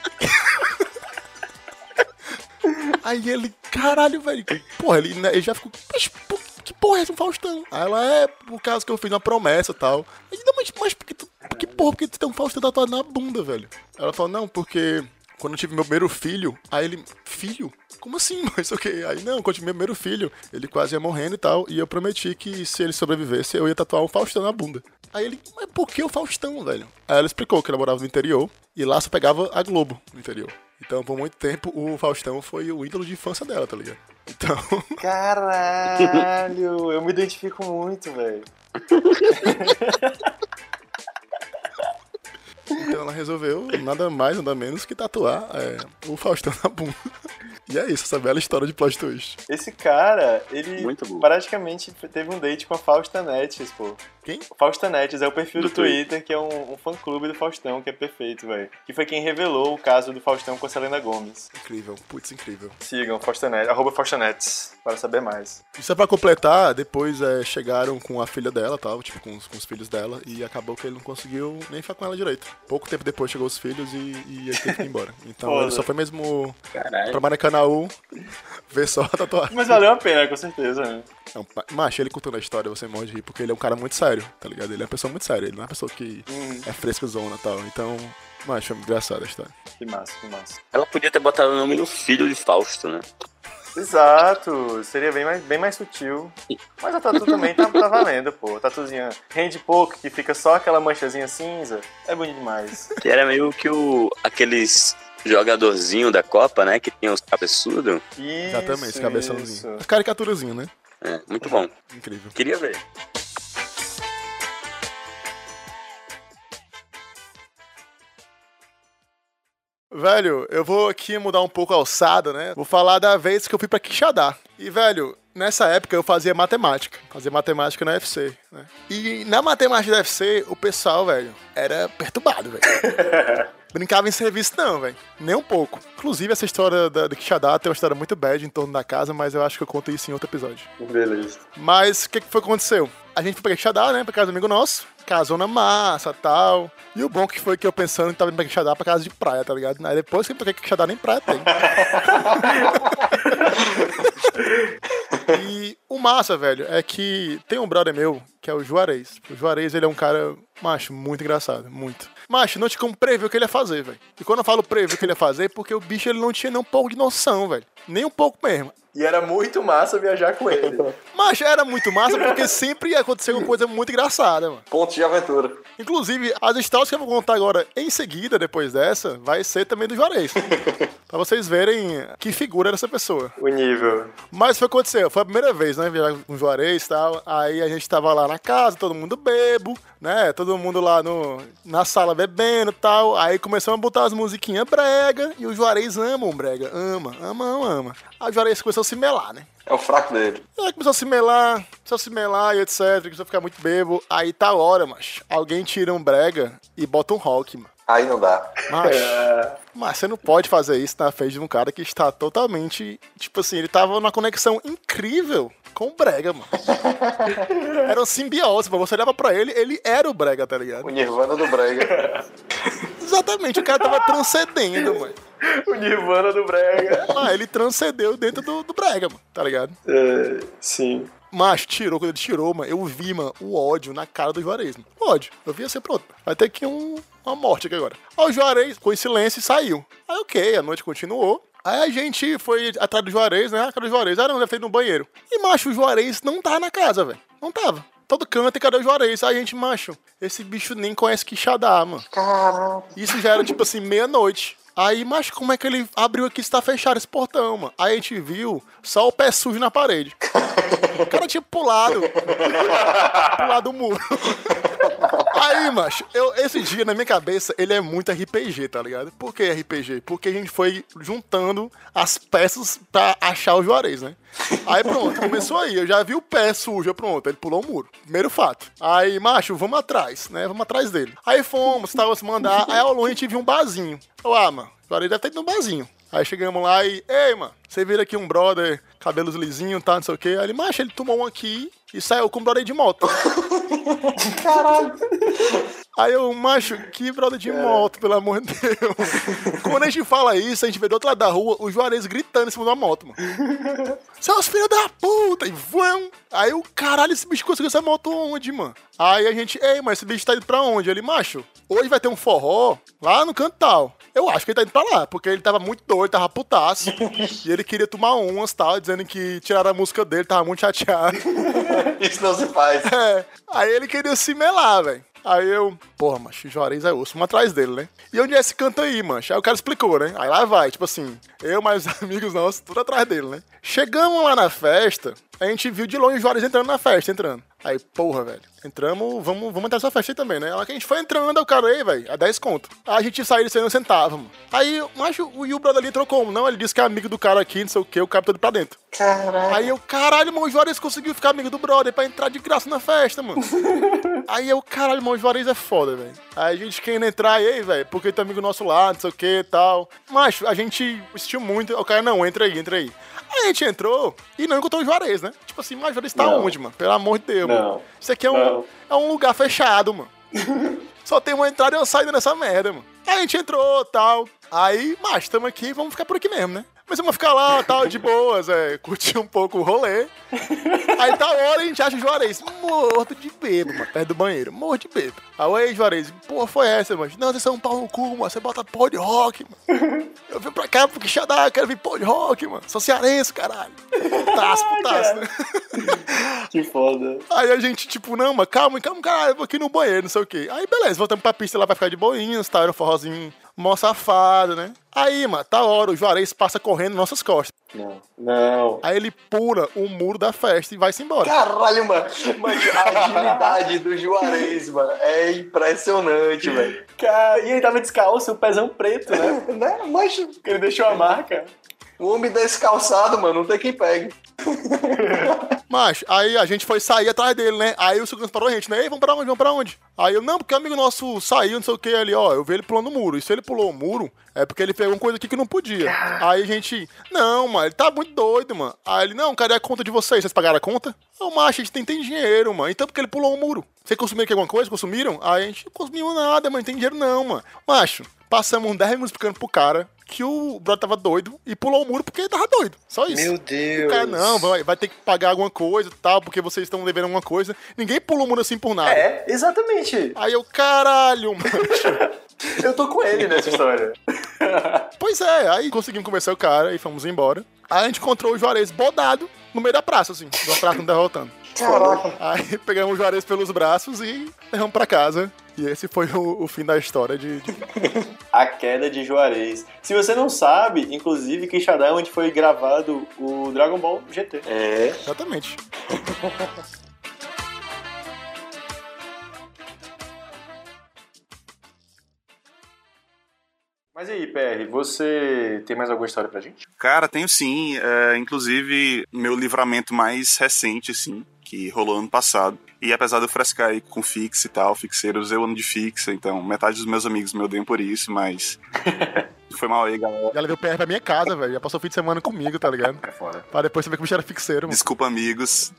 Aí ele, caralho, velho. Porra, ele, né, ele já ficou, mas por, que porra é esse um Faustão? Aí ela, é por causa que eu fiz uma promessa e tal. Aí, não, mas, mas por que tu, que porra, por que tu tem um Faustão tatuado na bunda, velho? Ela falou, não, porque quando eu tive meu primeiro filho, aí ele, filho? Como assim? Mas ok. Aí não, quando eu tive meu primeiro filho, ele quase ia morrendo e tal, e eu prometi que se ele sobrevivesse, eu ia tatuar um Faustão na bunda. Aí ele, mas por que o Faustão, velho? Aí ela explicou que ela morava no interior, e lá só pegava a Globo no interior. Então, por muito tempo, o Faustão foi o ídolo de infância dela, tá ligado? Então... Caralho, eu me identifico muito, velho. Então ela resolveu nada mais, nada menos que tatuar é, o Faustão na bunda. E é isso, essa bela história de plot twist. Esse cara, ele Muito bom. praticamente teve um date com a Fausta Netes, pô. Quem? Fausta Netes é o perfil do, Do Twitter, que é um, um fã-clube do Faustão, que é perfeito, velho. Que foi quem revelou o caso do Faustão com a Selena Gomes. Incrível, putz, incrível. Sigam Fausta Netes, arroba Fausta Netes, para saber mais. Isso é pra completar, depois é, chegaram com a filha dela, tal, tipo, com os, com os filhos dela, e acabou que ele não conseguiu nem ficar com ela direito. Pouco tempo depois chegou os filhos e, e ele teve que ir embora. Então Foda. ele só foi mesmo Caralho. pra Maracanãú ver só a tatuagem. Mas valeu a pena, com certeza, né? Não, macho, ele contando a história, você morre de rir, porque ele é um cara muito sério, tá ligado? Ele é uma pessoa muito séria, ele não é uma pessoa que Hum, é frescazona e tal. Então, macho, é muito engraçado a história. que massa, que massa. Ela podia ter botado o nome no filho de Fausto, né? Exato, seria bem mais, bem mais sutil. Mas a tatu também tá, tá valendo, pô. A tatuzinha rende pouco, que fica só aquela manchazinha cinza. É bonito demais. Que era meio que o aqueles jogadorzinho da Copa, né? Que tinha os cabeçudos. Isso, Exatamente, esse cabeçãozinho. isso. As caricaturazinho, né? É, muito bom. Incrível. Queria ver. Velho, eu vou aqui mudar um pouco a alçada, né? Vou falar da vez que eu fui pra Quixadá. E, velho, nessa época eu fazia matemática. Fazia matemática na U F C, né? E na matemática da U F C, o pessoal, velho, era perturbado, velho. Brincava em serviço não, velho. Nem um pouco. Inclusive, essa história da, da Quixadá tem uma história muito bad em torno da casa, mas eu acho que eu conto isso em outro episódio. Beleza. Mas o que, que foi que aconteceu? A gente foi pra Quixadá, né? Pra casa do amigo nosso. Casona massa, tal. E o bom que foi que eu pensando que tava indo pra Quixadá pra casa de praia, tá ligado? Aí depois que eu pra Quixadá nem praia tem. E o massa, velho, é que tem um brother meu, que é o Juarez. O Juarez, ele é um cara, macho, muito engraçado, muito. Macho, não tinha como prever o que ele ia fazer, velho. E quando eu falo prever o que ele ia fazer, é porque o bicho, ele não tinha nem um pouco de noção, velho. Nem um pouco mesmo. E era muito massa viajar com ele. Mas era muito massa porque sempre ia acontecer uma coisa muito engraçada, mano. Pontos de aventura. Inclusive, as histórias que eu vou contar agora em seguida, depois dessa, vai ser também do Juarez. Pra vocês verem que figura era essa pessoa. O nível. Mas foi o que aconteceu, foi a primeira vez, né, viajar com o Juarez e tal. Aí a gente tava lá na casa, todo mundo bebo, né, todo mundo lá no, na sala bebendo e tal. Aí começamos a botar as musiquinhas brega, e o Juarez ama um brega, ama, ama, ama, ama. Aí o Juarez começou a se melar, né. É o fraco dele. Aí começou a se melar, começou a se melar e etcétera. Começou a ficar muito bebo. Aí tá a hora, macho. Alguém tira um brega e bota um rock, mano. Aí não dá. Macho, mas você não pode fazer isso na frente de um cara que está totalmente... Tipo assim, ele tava numa conexão incrível com o brega, mano. Era uma simbiose, mano. Você olhava pra ele, ele era o brega, tá ligado? O Nirvana do brega. Exatamente, o cara tava transcendendo, mano. O Nirvana do brega. Ah, ele transcendeu dentro do, do brega, mano, tá ligado? É, sim. Mas tirou, quando ele tirou, mano, eu vi, mano, o ódio na cara do Juarez, mano. O ódio. Eu vi assim, pronto. Vai ter aqui um, uma morte aqui agora. Aí o Juarez ficou em silêncio e saiu. Aí ok, a noite continuou. Aí a gente foi atrás do Juarez, né? A cara do Juarez, ah, não, deve ter ido no banheiro. E, macho, o Juarez não tava na casa, velho. Não tava. Todo canto e cadê o Juarez? Aí a gente, macho, esse bicho nem conhece Quixadá, mano. Caralho. Isso já era, tipo assim, meia-noite. Aí, macho, como é que ele abriu aqui se tá fechado esse portão, mano? Aí a gente viu só o pé sujo na parede. O cara tinha pulado. Pulado o muro. Aí, macho, eu, esse dia, na minha cabeça, ele é muito R P G, tá ligado? Por que R P G? Porque a gente foi juntando as peças pra achar o Juarez, né? Aí pronto, começou aí. Eu já vi o pé sujo, pronto, ele pulou o muro. Primeiro fato. Aí, macho, vamos atrás, né? Vamos atrás dele. Aí fomos, tava se mandar. Aí ao longe a gente viu um barzinho. Eu, ah, mano, o Juarez deve ter ido no barzinho. Aí chegamos lá e, ei, mano, você vira aqui um brother, cabelos lisinhos, tá, não sei o quê. Aí ele, macho, ele tomou um aqui e saiu com um brother de moto. Caralho. Aí eu, macho, que brother de moto, pelo amor de Deus. Quando a gente fala isso, a gente vê do outro lado da rua o Juarez gritando em cima de uma moto, mano. Seus filhos da puta! E voam. Aí o caralho, esse bicho conseguiu essa moto onde, mano? Aí a gente, ei, mas esse bicho tá indo pra onde? Ele, macho, hoje vai ter um forró lá no canto tal. Eu acho que ele tá indo pra lá, porque ele tava muito doido, tava putaço. E ele queria tomar umas, tal, dizendo que tiraram a música dele, tava muito chateado. Isso não se faz. É, aí ele queria se melar, velho. Aí eu, porra, macho, Juarez é osso, vamos atrás dele, né? E onde é esse canto aí, mancho? Aí o cara explicou, né? Aí lá vai, tipo assim, eu mais os amigos nossos, tudo atrás dele, né? Chegamos lá na festa, a gente viu de longe o Juarez entrando na festa, entrando. Aí, porra, velho, entramos, vamos, vamos entrar nessa festa aí também, né? Ela que a gente foi entrando, aí o cara aí, velho, a dez conto. Aí a gente saiu e não sentava, mano. Aí, macho, o, e o brother ali entrou como? Não, ele disse que é amigo do cara aqui, não sei o que, o cara todo pra dentro. Caralho. Aí eu, caralho, mano, o Juarez conseguiu ficar amigo do brother pra entrar de graça na festa, mano. Aí eu, caralho, mano, o Juarez é foda, velho. Aí a gente querendo entrar aí, velho, porque tem amigo nosso lá, não sei o que e tal. Macho, a gente assistiu muito, o cara, não, entra aí, entra aí. Aí a gente entrou e não encontrou o Juarez, né? Tipo assim, mas o Juarez tá Não. onde, mano? Pelo amor de Deus, Não. mano. Isso aqui é um, Não. é um lugar fechado, mano. Só tem uma entrada e uma saída nessa merda, mano. Aí a gente entrou e tal. Aí, mas estamos aqui, vamos ficar por aqui mesmo, né? Mas vamos ficar lá, tal, de boas, é, curtir um pouco o rolê. Aí tá hora a gente acha o Juarez morto de bêbado, mano, perto do banheiro, morto de bêbado. Aí, Juarez, porra, foi essa, mano? Não, vocês são um pau no cu, mano, você bota pó de rock, mano. Eu vim pra cá porque Xadá, eu quero vir pó de rock, mano. Sou cearense, caralho. Putaço, putaço, né? Que foda. Aí a gente, tipo, não, mas calma, calma, caralho, eu vou aqui no banheiro, não sei o quê. Aí, beleza, voltamos pra pista lá pra ficar de boinhas, tá? Era um forrozinho mó safado, né? Aí, mano, tá hora, o Juarez passa correndo nas nossas costas. Não. Não. Aí ele pula o muro da festa e vai-se embora. Caralho, mano. Mas a agilidade do Juarez, mano, é impressionante, velho. Cara, e ele tava descalço, o pezão preto, né? Né? Mas Porque ele deixou a marca. o homem descalçado, mano, não tem quem pegue. Mas, aí a gente foi sair atrás dele, né? Aí o segurança parou a gente, né? Ei, vamos pra onde, vamos pra onde? Aí eu, não, porque o amigo nosso saiu, não sei o que ali, ó. Eu vi ele pulando o muro. E se ele pulou o muro, é porque ele pegou uma coisa aqui que não podia. Aí a gente, não, mano, ele tá muito doido, mano. Aí ele, não, cadê a conta de vocês? Vocês pagaram a conta? Não, macho, a gente tem, tem dinheiro, mano. Então porque ele pulou o muro. Vocês consumiram aqui alguma coisa? Consumiram? Aí a gente não consumiu nada, mano, não tem dinheiro não, mano. Macho, passamos uns dez minutos explicando pro cara que o brother tava doido e pulou o muro porque ele tava doido. Só isso. Meu Deus. O cara, não, vai, vai ter que pagar alguma coisa e tal, porque vocês estão devendo alguma coisa. Ninguém pulou o muro assim por nada. É, exatamente. Aí eu, caralho, mano. Eu tô com ele nessa história. Pois é, aí conseguimos convencer o cara e fomos embora. Aí a gente encontrou o Juarez bodado no meio da praça, assim, da praça não derrotando. Caraca. Aí pegamos o Juarez pelos braços e levamos pra casa. E esse foi o, o fim da história de... de... A queda de Juarez. Se você não sabe, inclusive, Quixadá é onde foi gravado o Dragon Ball G T. É. Exatamente. Mas e aí, P R, você tem mais alguma história pra gente? Cara, tenho sim. É, inclusive, meu livramento mais recente, assim, que rolou ano passado. E apesar de eu frescar aí com fixa e tal, fixeiro, eu usei o ano de fixa, então metade dos meus amigos me odeiam por isso, mas... Foi mal aí, galera. Já levei o P R pra minha casa, velho. Já passou o fim de semana comigo, tá ligado? É foda. Pra depois você ver que o bicho era fixeiro, mano. Desculpa, amigos.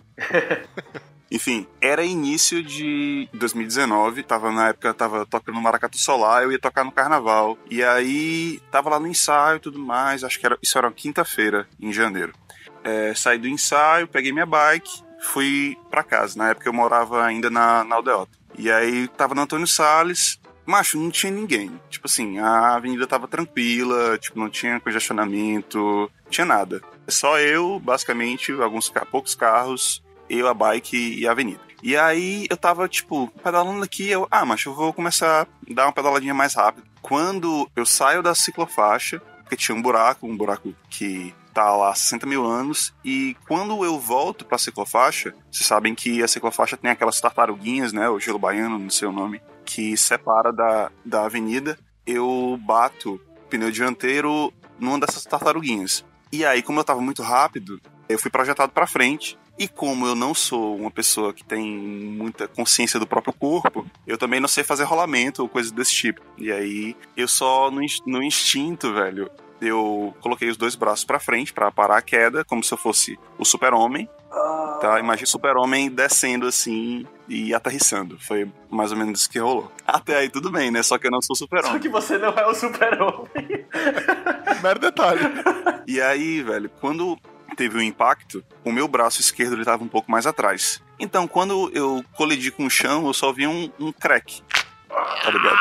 Enfim, era início de dois mil e dezenove, tava na época, tava tocando no Maracatu Solar, eu ia tocar no Carnaval. E aí, tava lá no ensaio e tudo mais, acho que era, isso era uma quinta-feira, em janeiro. É, saí do ensaio, peguei minha bike, fui pra casa. Na época eu morava ainda na, na Aldeota. E aí, tava no Antônio Salles, macho, não tinha ninguém. Tipo assim, a avenida tava tranquila, tipo, não tinha congestionamento, não tinha nada. Só eu, basicamente, alguns poucos carros, eu, a bike e a avenida. E aí eu tava, tipo, pedalando aqui, eu, ah, macho, eu vou começar a dar uma pedaladinha mais rápido. Quando eu saio da ciclofaixa, porque tinha um buraco, um buraco que tá lá há sessenta mil anos, e quando eu volto pra ciclofaixa, vocês sabem que a ciclofaixa tem aquelas tartaruguinhas, né, o gelo baiano, não sei o nome, que separa da, da avenida, eu bato o pneu dianteiro numa dessas tartaruguinhas. E aí, como eu tava muito rápido, eu fui projetado pra frente. E como eu não sou uma pessoa que tem muita consciência do próprio corpo, eu também não sei fazer rolamento ou coisa desse tipo. E aí, eu só, no, no instinto, velho, eu coloquei os dois braços pra frente pra parar a queda, como se eu fosse o super-homem. Tá? Imagina o super-homem descendo assim e aterrissando. Foi mais ou menos isso que rolou. Até aí tudo bem, né? Só que eu não sou super-homem. Só que você não é o super-homem. Mero detalhe. E aí, velho, quando teve um impacto, o meu braço esquerdo ele tava um pouco mais atrás. Então, quando eu colidi com o chão, eu só vi um, um crack. Tá ligado?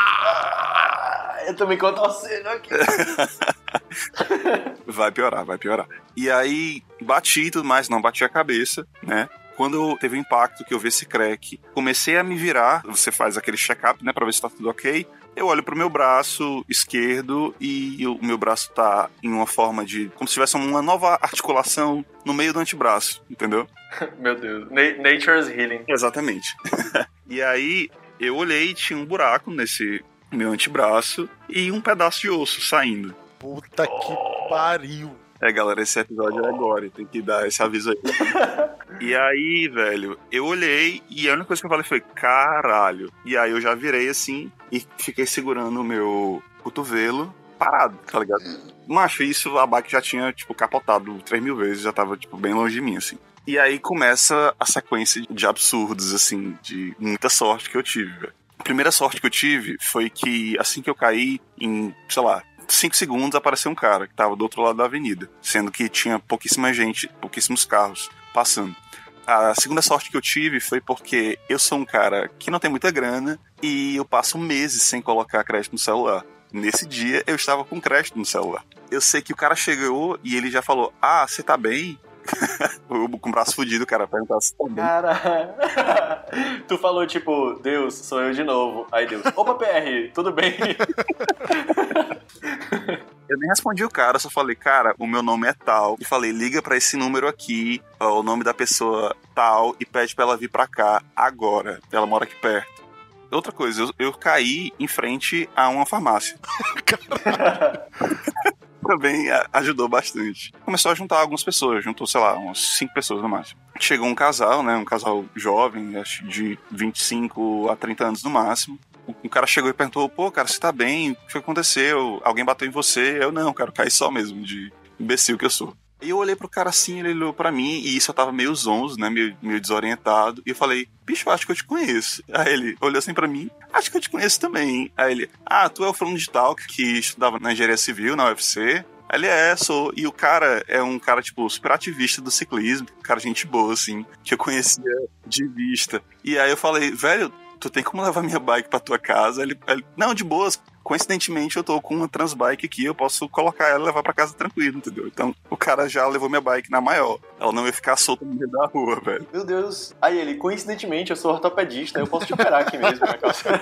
Eu tô me contorcendo aqui. Vai piorar, vai piorar. E aí, bati e tudo mais, não bati a cabeça, né? Quando teve o impacto que eu vi esse crack, comecei a me virar, você faz aquele check-up, né, pra ver se tá tudo ok. Eu olho pro meu braço esquerdo e o meu braço tá em uma forma de... como se tivesse uma nova articulação no meio do antebraço, entendeu? Meu Deus. Na- Nature's healing. Exatamente. E aí, eu olhei e tinha um buraco nesse meu antebraço e um pedaço de osso saindo. Puta que pariu. É, galera, esse episódio é agora, tem que dar esse aviso aí. E aí, velho, eu olhei e a única coisa que eu falei foi, caralho. E aí eu já virei assim e fiquei segurando o meu cotovelo parado, tá ligado? Macho, isso a bike já tinha, tipo, capotado três mil vezes, já tava, tipo, bem longe de mim, assim. E aí começa a sequência de absurdos, assim, de muita sorte que eu tive, velho. A primeira sorte que eu tive foi que assim que eu caí, em, sei lá, cinco segundos apareceu um cara que tava do outro lado da avenida, sendo que tinha pouquíssima gente, pouquíssimos carros passando. A segunda sorte que eu tive foi porque eu sou um cara que não tem muita grana e eu passo meses sem colocar crédito no celular. Nesse dia eu estava com crédito no celular. Eu sei que o cara chegou e ele já falou, ah, você tá bem? Eu com o braço fudido, o cara perguntava se tá bem. Cara, tu falou tipo, Deus, sou eu de novo. Aí Deus, opa P R, tudo bem? Eu nem respondi o cara, só falei, cara, o meu nome é tal. E falei, liga pra esse número aqui, ó, o nome da pessoa tal, e pede pra ela vir pra cá agora. Ela mora aqui perto. Outra coisa, eu, eu caí em frente a uma farmácia. Também ajudou bastante. Começou a juntar algumas pessoas, juntou, sei lá, umas cinco pessoas no máximo. Chegou um casal, né, um casal jovem, acho de vinte e cinco a trinta anos no máximo. Um cara chegou e perguntou, pô, cara, você tá bem? O que aconteceu? Alguém bateu em você? Eu, não, cara, caí só mesmo, de imbecil que eu sou. E eu olhei pro cara assim, ele olhou pra mim, e isso eu tava meio zonzo, né, meio, meio desorientado, e eu falei, bicho, acho que eu te conheço. Aí ele olhou assim pra mim, acho que eu te conheço também. Aí ele, ah, tu é o fulano de tal que estudava na engenharia civil, na U F C? Aí ele, é, sou. E o cara é um cara, tipo, super ativista do ciclismo, um cara gente boa, assim, que eu conhecia de vista. E aí eu falei, velho, tu tem como levar minha bike pra tua casa? Ele, ele não, de boas. Coincidentemente, eu tô com uma Transbike aqui, eu posso colocar ela e levar pra casa tranquilo, entendeu? Então, o cara já levou minha bike na maior. Ela não ia ficar solta no meio da rua, velho. Meu Deus. Aí ele, coincidentemente, eu sou ortopedista, eu posso te operar aqui mesmo, né, calça?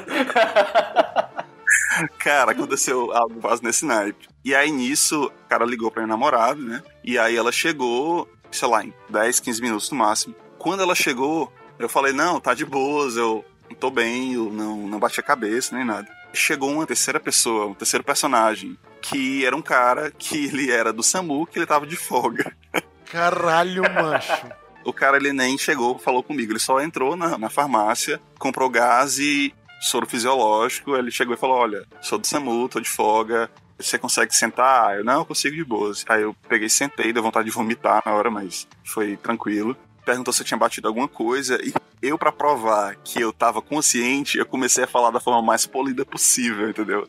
Cara, aconteceu algo quase nesse naipe. E aí, nisso, o cara ligou pra minha namorada, né? E aí ela chegou, sei lá, em dez, quinze minutos no máximo. Quando ela chegou, eu falei, não, tá de boas, eu tô bem, eu não, não bati a cabeça, nem nada. Chegou uma terceira pessoa, um terceiro personagem, que era um cara que ele era do SAMU, que ele tava de folga. Caralho, macho. O cara, ele nem chegou, falou comigo, ele só entrou na, na farmácia, comprou gás e soro fisiológico, ele chegou e falou, olha, sou do SAMU, tô de folga, você consegue sentar? Eu, não, eu consigo de boas. Aí eu peguei e sentei, deu vontade de vomitar na hora, mas foi tranquilo. Perguntou se eu tinha batido alguma coisa e eu, pra provar que eu tava consciente, eu comecei a falar da forma mais polida possível, entendeu?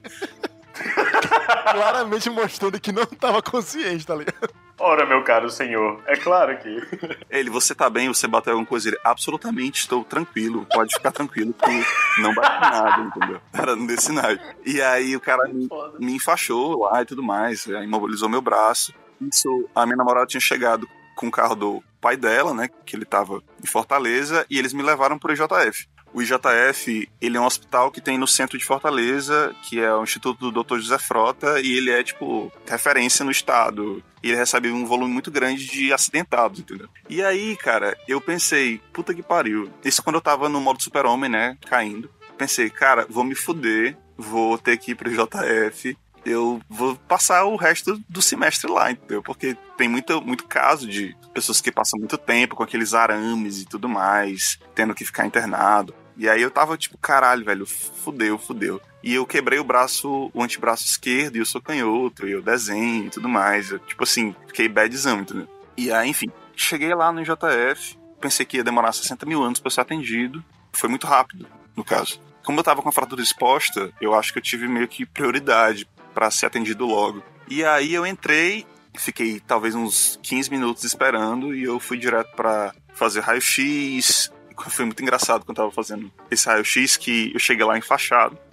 Claramente mostrando que não tava consciente, tá ligado? Ora, meu caro senhor, é claro que... Ele, você tá bem? Você bateu alguma coisa? Ele, absolutamente, estou tranquilo, pode ficar tranquilo que não bate nada, entendeu? Era nesse naipe. E aí o cara me, me enfaixou lá e tudo mais, imobilizou meu braço. Isso, a minha namorada tinha chegado com o carro do pai dela, né, que ele tava em Fortaleza, e eles me levaram pro I J F. O I J F, ele é um hospital que tem no centro de Fortaleza, que é o Instituto do doutor José Frota, e ele é, tipo, referência no estado. E ele recebe um volume muito grande de acidentados, entendeu? E aí, cara, eu pensei, puta que pariu. Isso quando eu tava no modo super-homem, né, caindo. Pensei, cara, vou me fuder, vou ter que ir pro I J F, eu vou passar o resto do semestre lá, entendeu? Porque tem muito, muito caso de pessoas que passam muito tempo com aqueles arames e tudo mais, tendo que ficar internado. E aí eu tava tipo, caralho, velho, fudeu, fudeu. E eu quebrei o braço, o antebraço esquerdo, e eu sou canhoto, e eu desenho e tudo mais. Eu, tipo assim, fiquei badzão, entendeu? E aí, enfim, cheguei lá no I J F, pensei que ia demorar sessenta mil anos pra ser atendido. Foi muito rápido, no caso. Como eu tava com a fratura exposta, eu acho que eu tive meio que prioridade pra ser atendido logo. E aí eu entrei, fiquei talvez uns quinze minutos esperando, e eu fui direto pra fazer raio-x. Foi muito engraçado quando eu tava fazendo esse raio-x, que eu cheguei lá enfaixado.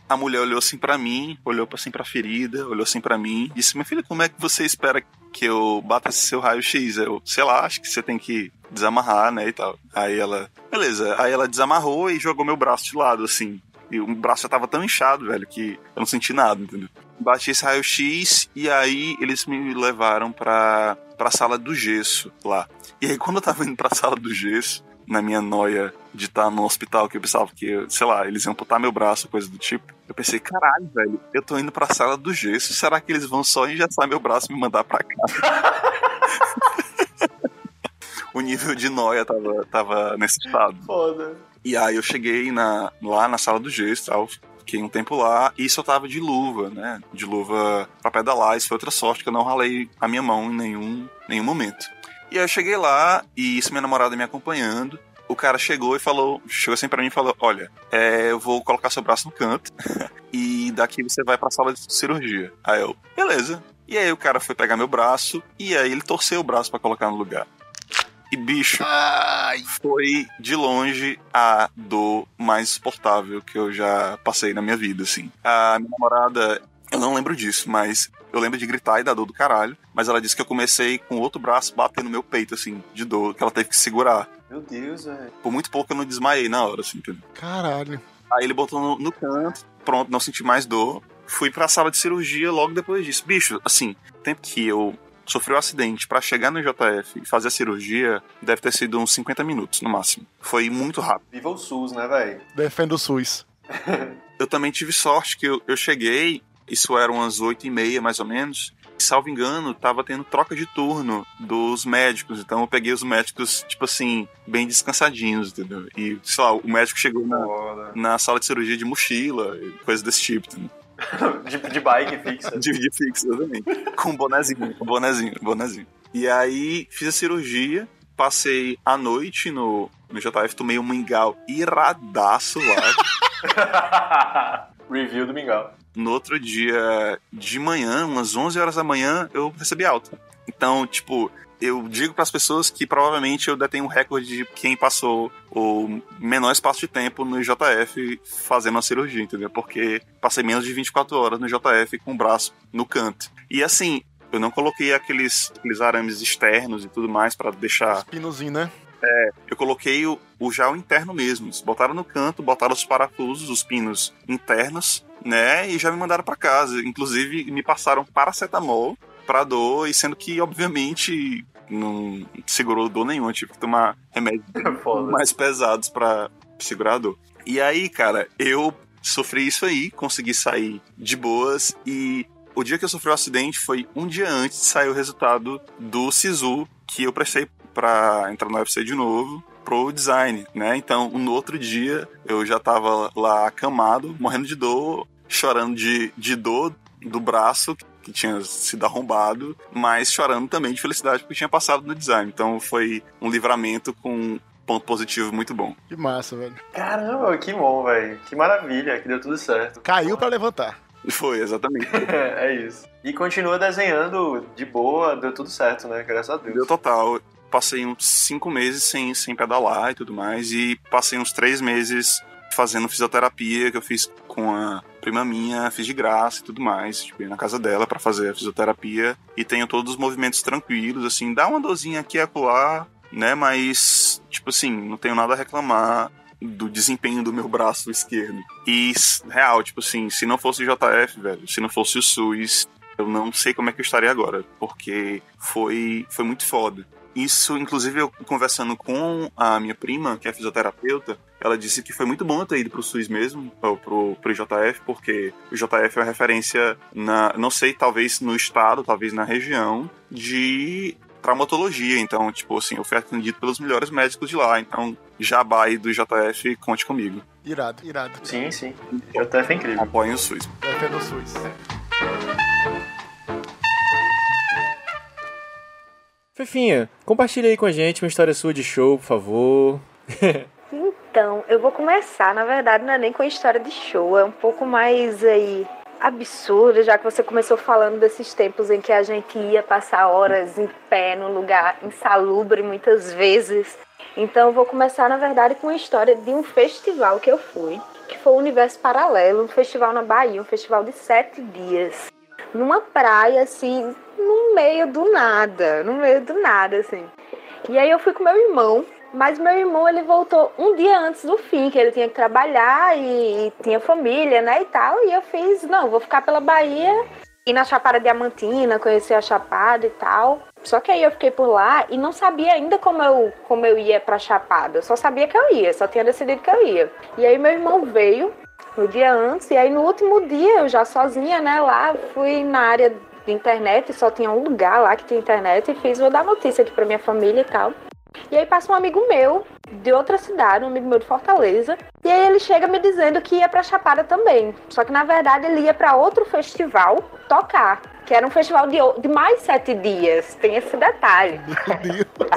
a mulher olhou assim pra mim, olhou assim pra ferida, olhou assim pra mim, disse, minha filha, como é que você espera que eu bata esse seu raio-x? Eu, sei lá, acho que você tem que desamarrar, né, e tal. Aí ela, beleza. Aí ela desamarrou e jogou meu braço de lado, assim. E o braço já tava tão inchado, velho, que eu não senti nada, entendeu? Bati esse raio-x e aí eles me levaram pra, pra sala do gesso lá. E aí quando eu tava indo pra sala do gesso, na minha noia de estar no hospital, que eu pensava que, sei lá, eles iam amputar meu braço, coisa do tipo, eu pensei, caralho, velho, eu tô indo pra sala do gesso, será que eles vão só engessar meu braço e me mandar pra cá? O nível de noia tava, tava nesse estado. Foda. E aí eu cheguei na, lá na sala do gesso, tal, fiquei um tempo lá, e isso eu tava de luva, né, de luva pra pedalar, isso foi outra sorte, que eu não ralei a minha mão em nenhum, nenhum momento. E aí eu cheguei lá, e isso minha namorada me acompanhando, o cara chegou e falou, chegou assim pra mim e falou, olha, é, eu vou colocar seu braço no canto, e daqui você vai pra sala de cirurgia. Aí eu, beleza. E aí o cara foi pegar meu braço, e aí ele torceu o braço pra colocar no lugar. E, bicho, Ai. foi de longe a dor mais insuportável que eu já passei na minha vida, assim. A minha namorada, eu não lembro disso, mas eu lembro de gritar e dar dor do caralho, mas ela disse que eu comecei com o outro braço batendo no meu peito, assim, de dor, que ela teve que segurar. Meu Deus, velho. Por muito pouco eu não desmaiei na hora, assim, entendeu? Caralho. Aí ele botou no, no canto, pronto, não senti mais dor. Fui pra sala de cirurgia logo depois disso. Bicho, assim, o tempo que eu sofri um acidente pra chegar no J F e fazer a cirurgia, deve ter sido uns cinquenta minutos, no máximo. Foi muito rápido. Viva o SUS, né, velho? Defenda o SUS. Eu também tive sorte que eu, eu cheguei, isso era umas oito e meia, mais ou menos, e, salvo engano, tava tendo troca de turno dos médicos, então eu peguei os médicos, tipo assim, bem descansadinhos, entendeu? E, sei lá, o médico chegou na, na sala de cirurgia de mochila, coisa desse tipo, entendeu? de, de bike fixa. De, de fixa, exatamente. Com um bonezinho, um bonezinho, um bonezinho. E aí, fiz a cirurgia, passei a noite no, no J F, tomei um mingau iradaço lá. Review do mingau. No outro dia de manhã, umas onze horas da manhã, eu recebi alta. Então, tipo, eu digo pras pessoas que provavelmente eu detenho o recorde de quem passou o menor espaço de tempo no J F fazendo a cirurgia, entendeu? Porque passei menos de vinte e quatro horas no J F com o braço no canto. E assim, eu não coloquei aqueles, aqueles arames externos e tudo mais pra deixar... Pinozinho, né? É, eu coloquei o, o já o interno mesmo. Eles botaram no canto, botaram os parafusos, os pinos internos, né? E já me mandaram pra casa. Inclusive, me passaram paracetamol pra dor, e sendo que, obviamente, não segurou dor nenhuma. Tive que tomar remédios mais pesados pra segurar a dor. E aí, cara, eu sofri isso aí, consegui sair de boas, e o dia que eu sofri o acidente foi um dia antes de sair o resultado do SISU, que eu prestei pra entrar no U F C de novo, pro design, né? Então, no outro dia, eu já tava lá acamado, morrendo de dor, chorando de, de dor do braço, que tinha sido arrombado, mas chorando também de felicidade porque tinha passado no design. Então, foi um livramento com um ponto positivo muito bom. Que massa, velho. Caramba, que bom, velho. Que maravilha, que deu tudo certo. Caiu pra levantar. Foi, exatamente. É isso. E continua desenhando de boa, deu tudo certo, né? Graças a Deus. Deu total. Passei uns cinco meses sem, sem pedalar e tudo mais, e passei uns três meses fazendo fisioterapia, que eu fiz com a prima minha, fiz de graça e tudo mais, tipo, ir na casa dela pra fazer a fisioterapia, e tenho todos os movimentos tranquilos, assim, dá uma dorzinha aqui e acolá, né, mas, tipo assim, não tenho nada a reclamar do desempenho do meu braço esquerdo. E, real, tipo assim, se não fosse o J F, velho, se não fosse o SUS, eu não sei como é que eu estaria agora, porque foi, foi muito foda. Isso, inclusive, eu conversando com a minha prima, que é fisioterapeuta, ela disse que foi muito bom eu ter ido pro SUS mesmo, ou pro, pro J F, porque o J F é uma referência, na, não sei, talvez no estado, talvez na região, de traumatologia. Então, tipo assim, eu fui atendido pelos melhores médicos de lá. Então, jabá aí do J F, conte comigo. Irado, irado. Sim, sim. J F é incrível. Apoiem o SUS. Defenda o SUS. Fefinha, compartilha aí com a gente uma história sua de show, por favor. Então, eu vou começar, na verdade, não é nem com a história de show, é um pouco mais aí absurda, já que você começou falando desses tempos em que a gente ia passar horas em pé num lugar insalubre muitas vezes. Então, eu vou começar, na verdade, com a história de um festival que eu fui, que foi o Universo Paralelo, um festival na Bahia, um festival de sete dias. Numa praia, assim, no meio do nada, no meio do nada, assim. E aí eu fui com meu irmão, mas meu irmão, ele voltou um dia antes do fim, que ele tinha que trabalhar e, e tinha família, né, e tal. E eu fiz, não, vou ficar pela Bahia, ir na Chapada Diamantina, conhecer a Chapada e tal. Só que aí eu fiquei por lá e não sabia ainda como eu, como eu ia pra Chapada. Eu só sabia que eu ia, só tinha decidido que eu ia. E aí meu irmão veio no dia antes, e aí no último dia, eu já sozinha, né, lá, fui na área de internet, só tinha um lugar lá que tinha internet, e fiz, vou dar notícia aqui pra minha família e tal. E aí passa um amigo meu, de outra cidade, um amigo meu de Fortaleza, e aí ele chega me dizendo que ia pra Chapada também. Só que na verdade ele ia pra outro festival tocar, que era um festival de, de mais sete dias, tem esse detalhe. Meu Deus.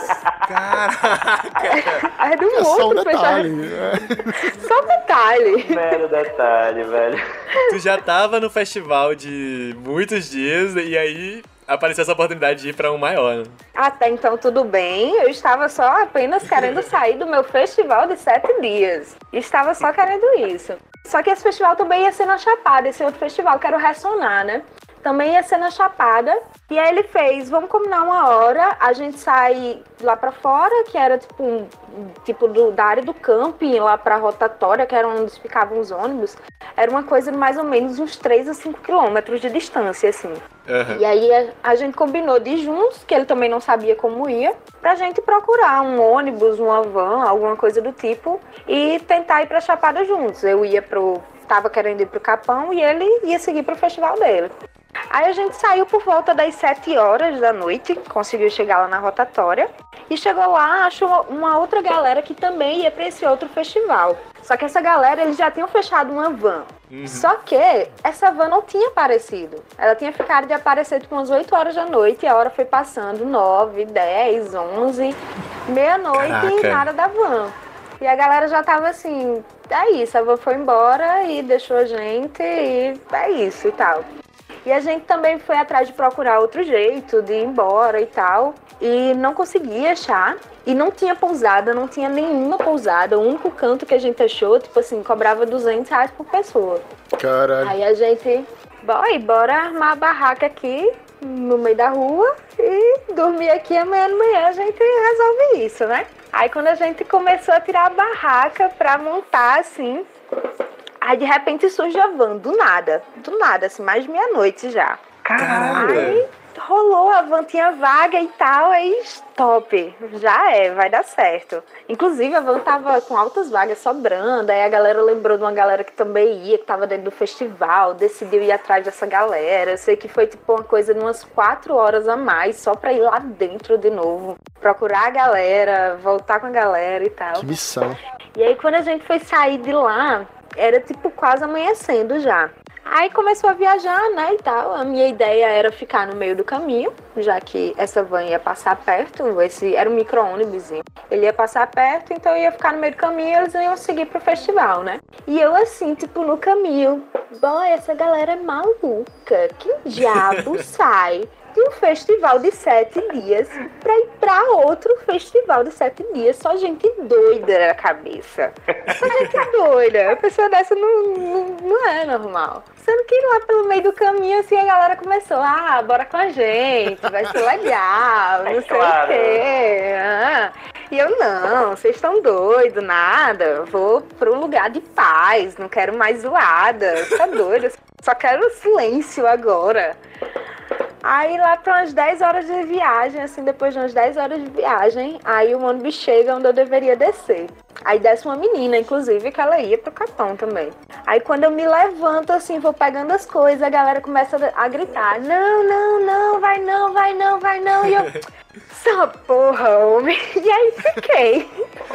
Caraca! Era um É só um outro detalhe. festival. Só um detalhe. Mero detalhe, velho. Tu já tava no festival de muitos dias e aí apareceu essa oportunidade de ir pra um maior, né? Até então tudo bem, eu estava só apenas querendo sair do meu festival de sete dias. Estava só querendo isso. Só que esse festival também ia ser na Chapada, esse outro festival, que era o Ressonar, né? Também ia ser na Chapada. E aí ele fez, vamos combinar uma hora, a gente sai lá pra fora, que era tipo, um, tipo do, da área do camping, lá pra rotatória, que era onde ficavam os ônibus. Era uma coisa de mais ou menos uns três a cinco quilômetros de distância, assim. Uhum. E aí a, a gente combinou de ir juntos, que ele também não sabia como ia, pra gente procurar um ônibus, uma van, alguma coisa do tipo, e tentar ir pra Chapada juntos. Eu ia pro... tava querendo ir pro Capão e ele ia seguir pro festival dele. Aí a gente saiu por volta das sete horas da noite, conseguiu chegar lá na rotatória, e chegou lá, achou uma outra galera que também ia pra esse outro festival. Só que essa galera, eles já tinham fechado uma van. Uhum. Só que essa van não tinha aparecido. Ela tinha ficado de aparecer tipo umas oito horas da noite, e a hora foi passando nove, dez, onze, meia-noite e nada da van. E a galera já tava assim, é isso, a van foi embora e deixou a gente, e é isso e tal. E a gente também foi atrás de procurar outro jeito de ir embora e tal. E não conseguia achar. E não tinha pousada, não tinha nenhuma pousada. O único canto que a gente achou, tipo assim, cobrava duzentos reais por pessoa. Caralho. Aí a gente, boy, bora armar a barraca aqui no meio da rua e dormir aqui, amanhã de manhã a gente resolve isso, né? Aí quando a gente começou a tirar a barraca pra montar, assim... Aí de repente surge a van, do nada, do nada, assim, mais de meia-noite já. Caramba! Aí rolou, a van tinha vaga e tal, aí stop, já é, vai dar certo. Inclusive a van tava com altas vagas sobrando, aí a galera lembrou de uma galera que também ia, que tava dentro do festival, decidiu ir atrás dessa galera. Eu sei que foi tipo uma coisa de umas quatro horas a mais, só pra ir lá dentro de novo, procurar a galera, voltar com a galera e tal. Que missão. E aí quando a gente foi sair de lá, era tipo quase amanhecendo já. Aí começou a viajar, né, e tal. A minha ideia era ficar no meio do caminho, já que essa van ia passar perto, esse era um micro-ônibus. Ele ia passar perto, então eu ia ficar no meio do caminho e eles iam seguir pro festival, né? E eu assim, tipo, no caminho, bom, essa galera é maluca, que diabo sai de um festival de sete dias pra ir pra outro festival de sete dias? Só gente doida na cabeça. Só gente doida. A pessoa dessa não, não, não é normal. Sendo que lá pelo meio do caminho, assim, a galera começou, ah, bora com a gente, vai ser legal, não É sei claro. o quê. Ah. E eu, não, vocês estão doidos, nada. Vou pra um lugar de paz, não quero mais zoada, tá doido. Só quero silêncio agora. Aí lá para umas dez horas de viagem, assim, depois de umas dez horas de viagem, aí o ônibus chega onde eu deveria descer. Aí desce uma menina, inclusive, que ela ia pro Capão também. Aí quando eu me levanto, assim, vou pegando as coisas, a galera começa a gritar, não, não, não, vai não, vai não, vai não. E eu, essa porra, homem. E aí fiquei.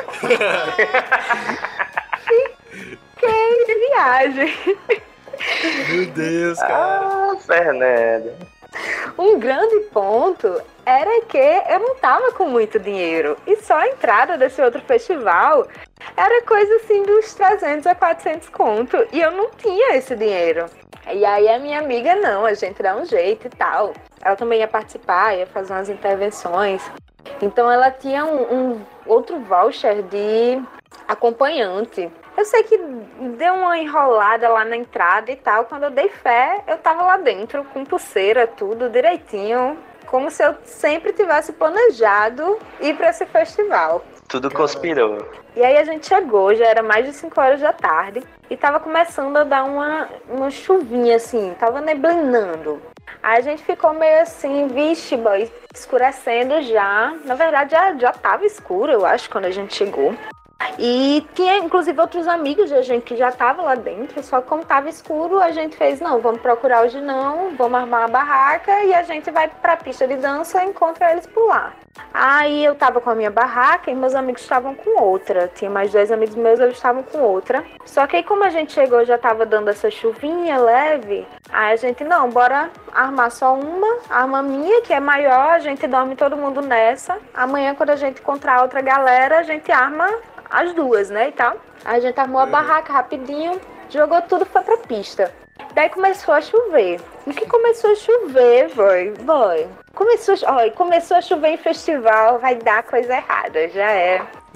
Fiquei de viagem. Meu Deus, cara. Ah, Fernanda. Um grande ponto era que eu não tava com muito dinheiro. E só a entrada desse outro festival era coisa assim dos trezentos a quatrocentos conto. E eu não tinha esse dinheiro. E aí a minha amiga, não, a gente dá um jeito e tal. Ela também ia participar, ia fazer umas intervenções. Então ela tinha um, um outro voucher de acompanhante. Eu sei que deu uma enrolada lá na entrada e tal. Quando eu dei fé, eu tava lá dentro, com pulseira, tudo direitinho. Como se eu sempre tivesse planejado ir pra esse festival. Tudo conspirou. E aí a gente chegou, já era mais de cinco horas da tarde. E tava começando a dar uma, uma chuvinha, assim, tava neblinando. Aí a gente ficou meio assim, vixe, boy, escurecendo já. Na verdade, já, já tava escuro, eu acho, quando a gente chegou. E tinha, inclusive, outros amigos da gente que já estavam lá dentro. Só que como tava escuro, a gente fez, não, vamos procurar hoje não. Vamos armar uma barraca e a gente vai pra pista de dança e encontra eles por lá. Aí eu tava com a minha barraca e meus amigos estavam com outra. Tinha mais dois amigos meus, eles estavam com outra. Só que aí como a gente chegou, já tava dando essa chuvinha leve. Aí a gente, não, bora armar só uma. Arma minha, que é maior, a gente dorme todo mundo nessa. Amanhã, quando a gente encontrar outra galera, a gente arma as duas, né, e tal. Aí a gente armou a barraca rapidinho, jogou tudo, foi pra pista. Daí começou a chover. E que começou a chover, boy, boy. Começou, ó, começou a chover em festival, vai dar coisa errada, já é.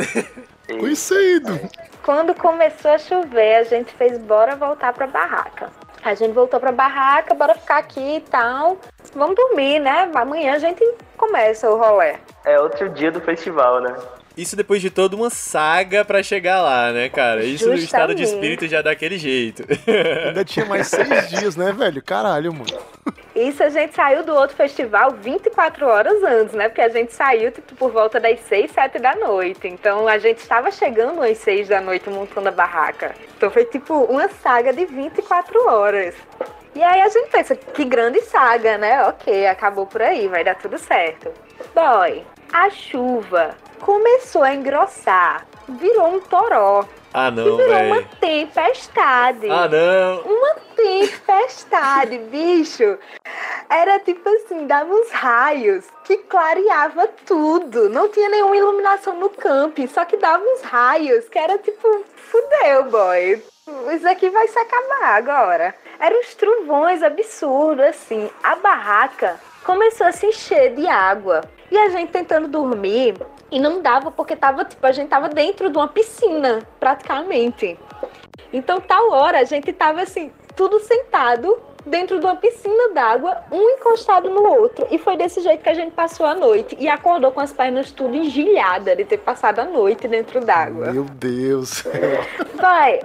Conhecido. Quando começou a chover, a gente fez bora voltar pra barraca. A gente voltou pra barraca, bora ficar aqui e tal. Vamos dormir, né? Amanhã a gente começa o rolê. É outro dia do festival, né? Isso depois de toda uma saga pra chegar lá, né, cara? Isso no estado de Justamente. espírito já daquele jeito. Ainda tinha mais seis dias, né, velho? Caralho, mano. Isso a gente saiu do outro festival vinte e quatro horas antes, né? Porque a gente saiu tipo, por volta das seis, sete da noite. Então a gente estava chegando às seis da noite montando a barraca. Então foi tipo uma saga de vinte e quatro horas. E aí a gente pensa, que grande saga, né? Ok, acabou por aí, vai dar tudo certo. Boy, a chuva começou a engrossar, virou um toró. Ah, E não, virou uma velho. tempestade. Ah, não. Uma tempestade, bicho. Era tipo assim, dava uns raios que clareava tudo. Não tinha nenhuma iluminação no camping, só que dava uns raios que era tipo, fudeu, boy. Isso aqui vai se acabar agora. Eram uns trovões absurdos, assim. A barraca começou a se encher de água. E a gente tentando dormir, e não dava porque tava, tipo, a gente tava dentro de uma piscina, praticamente. Então, tal hora, a gente tava assim, tudo sentado dentro de uma piscina d'água, um encostado no outro. E foi desse jeito que a gente passou a noite. E acordou com as pernas tudo engilhadas de ter passado a noite dentro d'água. Meu Deus. Vai,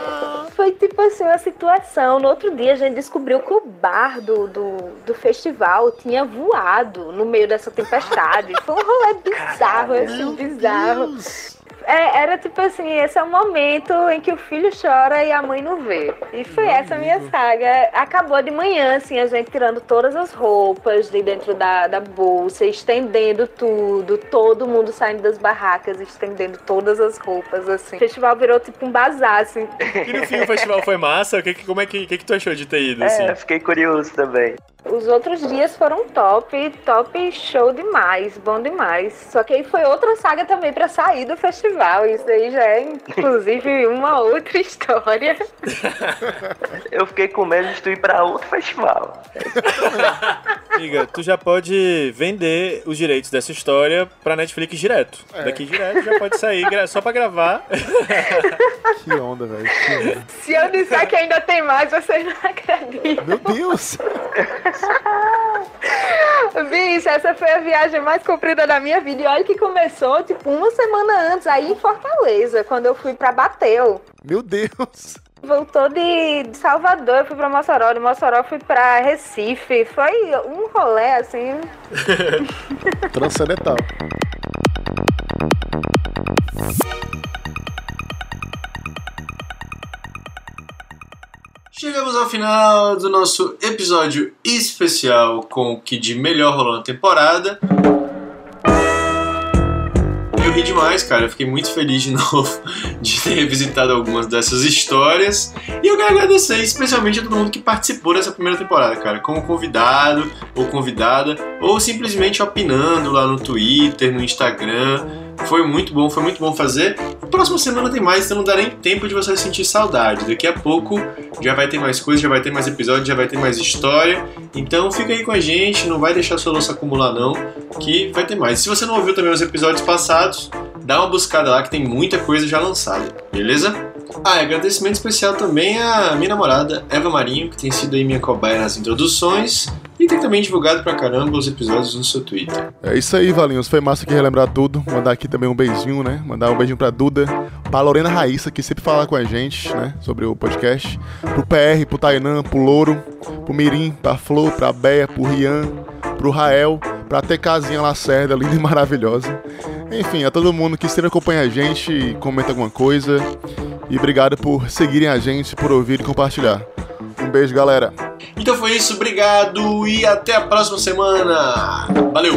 foi tipo assim uma situação. No outro dia a gente descobriu que o bar do, do, do festival tinha voado no meio dessa tempestade. Foi um rolê bizarro, assim, bizarro. Deus. É, era tipo assim, esse é o momento em que o filho chora e a mãe não vê. E foi essa a minha saga. Acabou de manhã, assim, a gente tirando todas as roupas de dentro da, da bolsa, estendendo tudo, todo mundo saindo das barracas, estendendo todas as roupas, assim. O festival virou tipo um bazar, assim. E no fim o festival foi massa? O que, que- como é que, que, que tu achou de ter ido, assim? É, fiquei curioso também. Os outros dias foram top, top show demais, bom demais. Só que aí foi outra saga também pra sair do festival. Isso aí já é, inclusive, uma outra história. Eu fiquei com medo de tu ir pra outro festival. Amiga, tu já pode vender os direitos dessa história pra Netflix direto. É. Daqui direto já pode sair gra- só pra gravar. Que onda, velho. Que onda. Se eu disser que ainda tem mais, vocês não acreditam. Meu Deus. Bicho, essa foi a viagem mais comprida da minha vida. E olha que começou, tipo, uma semana antes, aí em Fortaleza, quando eu fui pra Bateu. Meu Deus. Voltou de, de Salvador, eu fui pra Mossoró, de Mossoró eu fui pra Recife. Foi um rolê, assim. Transcendental. Chegamos ao final do nosso episódio especial com o que de melhor rolou na temporada. Eu ri demais, cara. Eu fiquei muito feliz de novo de ter revisitado algumas dessas histórias. E eu quero agradecer especialmente a todo mundo que participou dessa primeira temporada, cara. Como convidado ou convidada, ou simplesmente opinando lá no Twitter, no Instagram. Foi muito bom, foi muito bom fazer. Próxima semana tem mais, então não dá nem tempo de você sentir saudade. Daqui a pouco já vai ter mais coisas, já vai ter mais episódios, já vai ter mais história. Então fica aí com a gente, não vai deixar sua louça acumular não, que vai ter mais. Se você não ouviu também os episódios passados, dá uma buscada lá que tem muita coisa já lançada, beleza? Ah, e agradecimento especial também à minha namorada, Eva Marinho, que tem sido aí minha cobaia nas introduções e tem também divulgado pra caramba os episódios no seu Twitter. É isso aí, Valinhos. Foi massa aqui relembrar tudo. Mandar aqui também um beijinho, né? Mandar um beijinho pra Duda, pra Lorena Raíssa, que sempre fala com a gente, né? Sobre o podcast. Pro P R, pro Tainan, pro Louro, pro Mirim, pra Flor, pra Béia, pro Rian, pro Rael, pra TKzinha Lacerda, linda e maravilhosa. Enfim, a todo mundo que sempre acompanha a gente e comenta alguma coisa. E obrigado por seguirem a gente, por ouvir e compartilhar. Um beijo, galera. Então foi isso, obrigado e até a próxima semana. Valeu!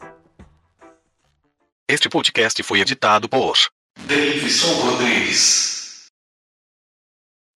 Este podcast foi editado por Davidson Rodrigues.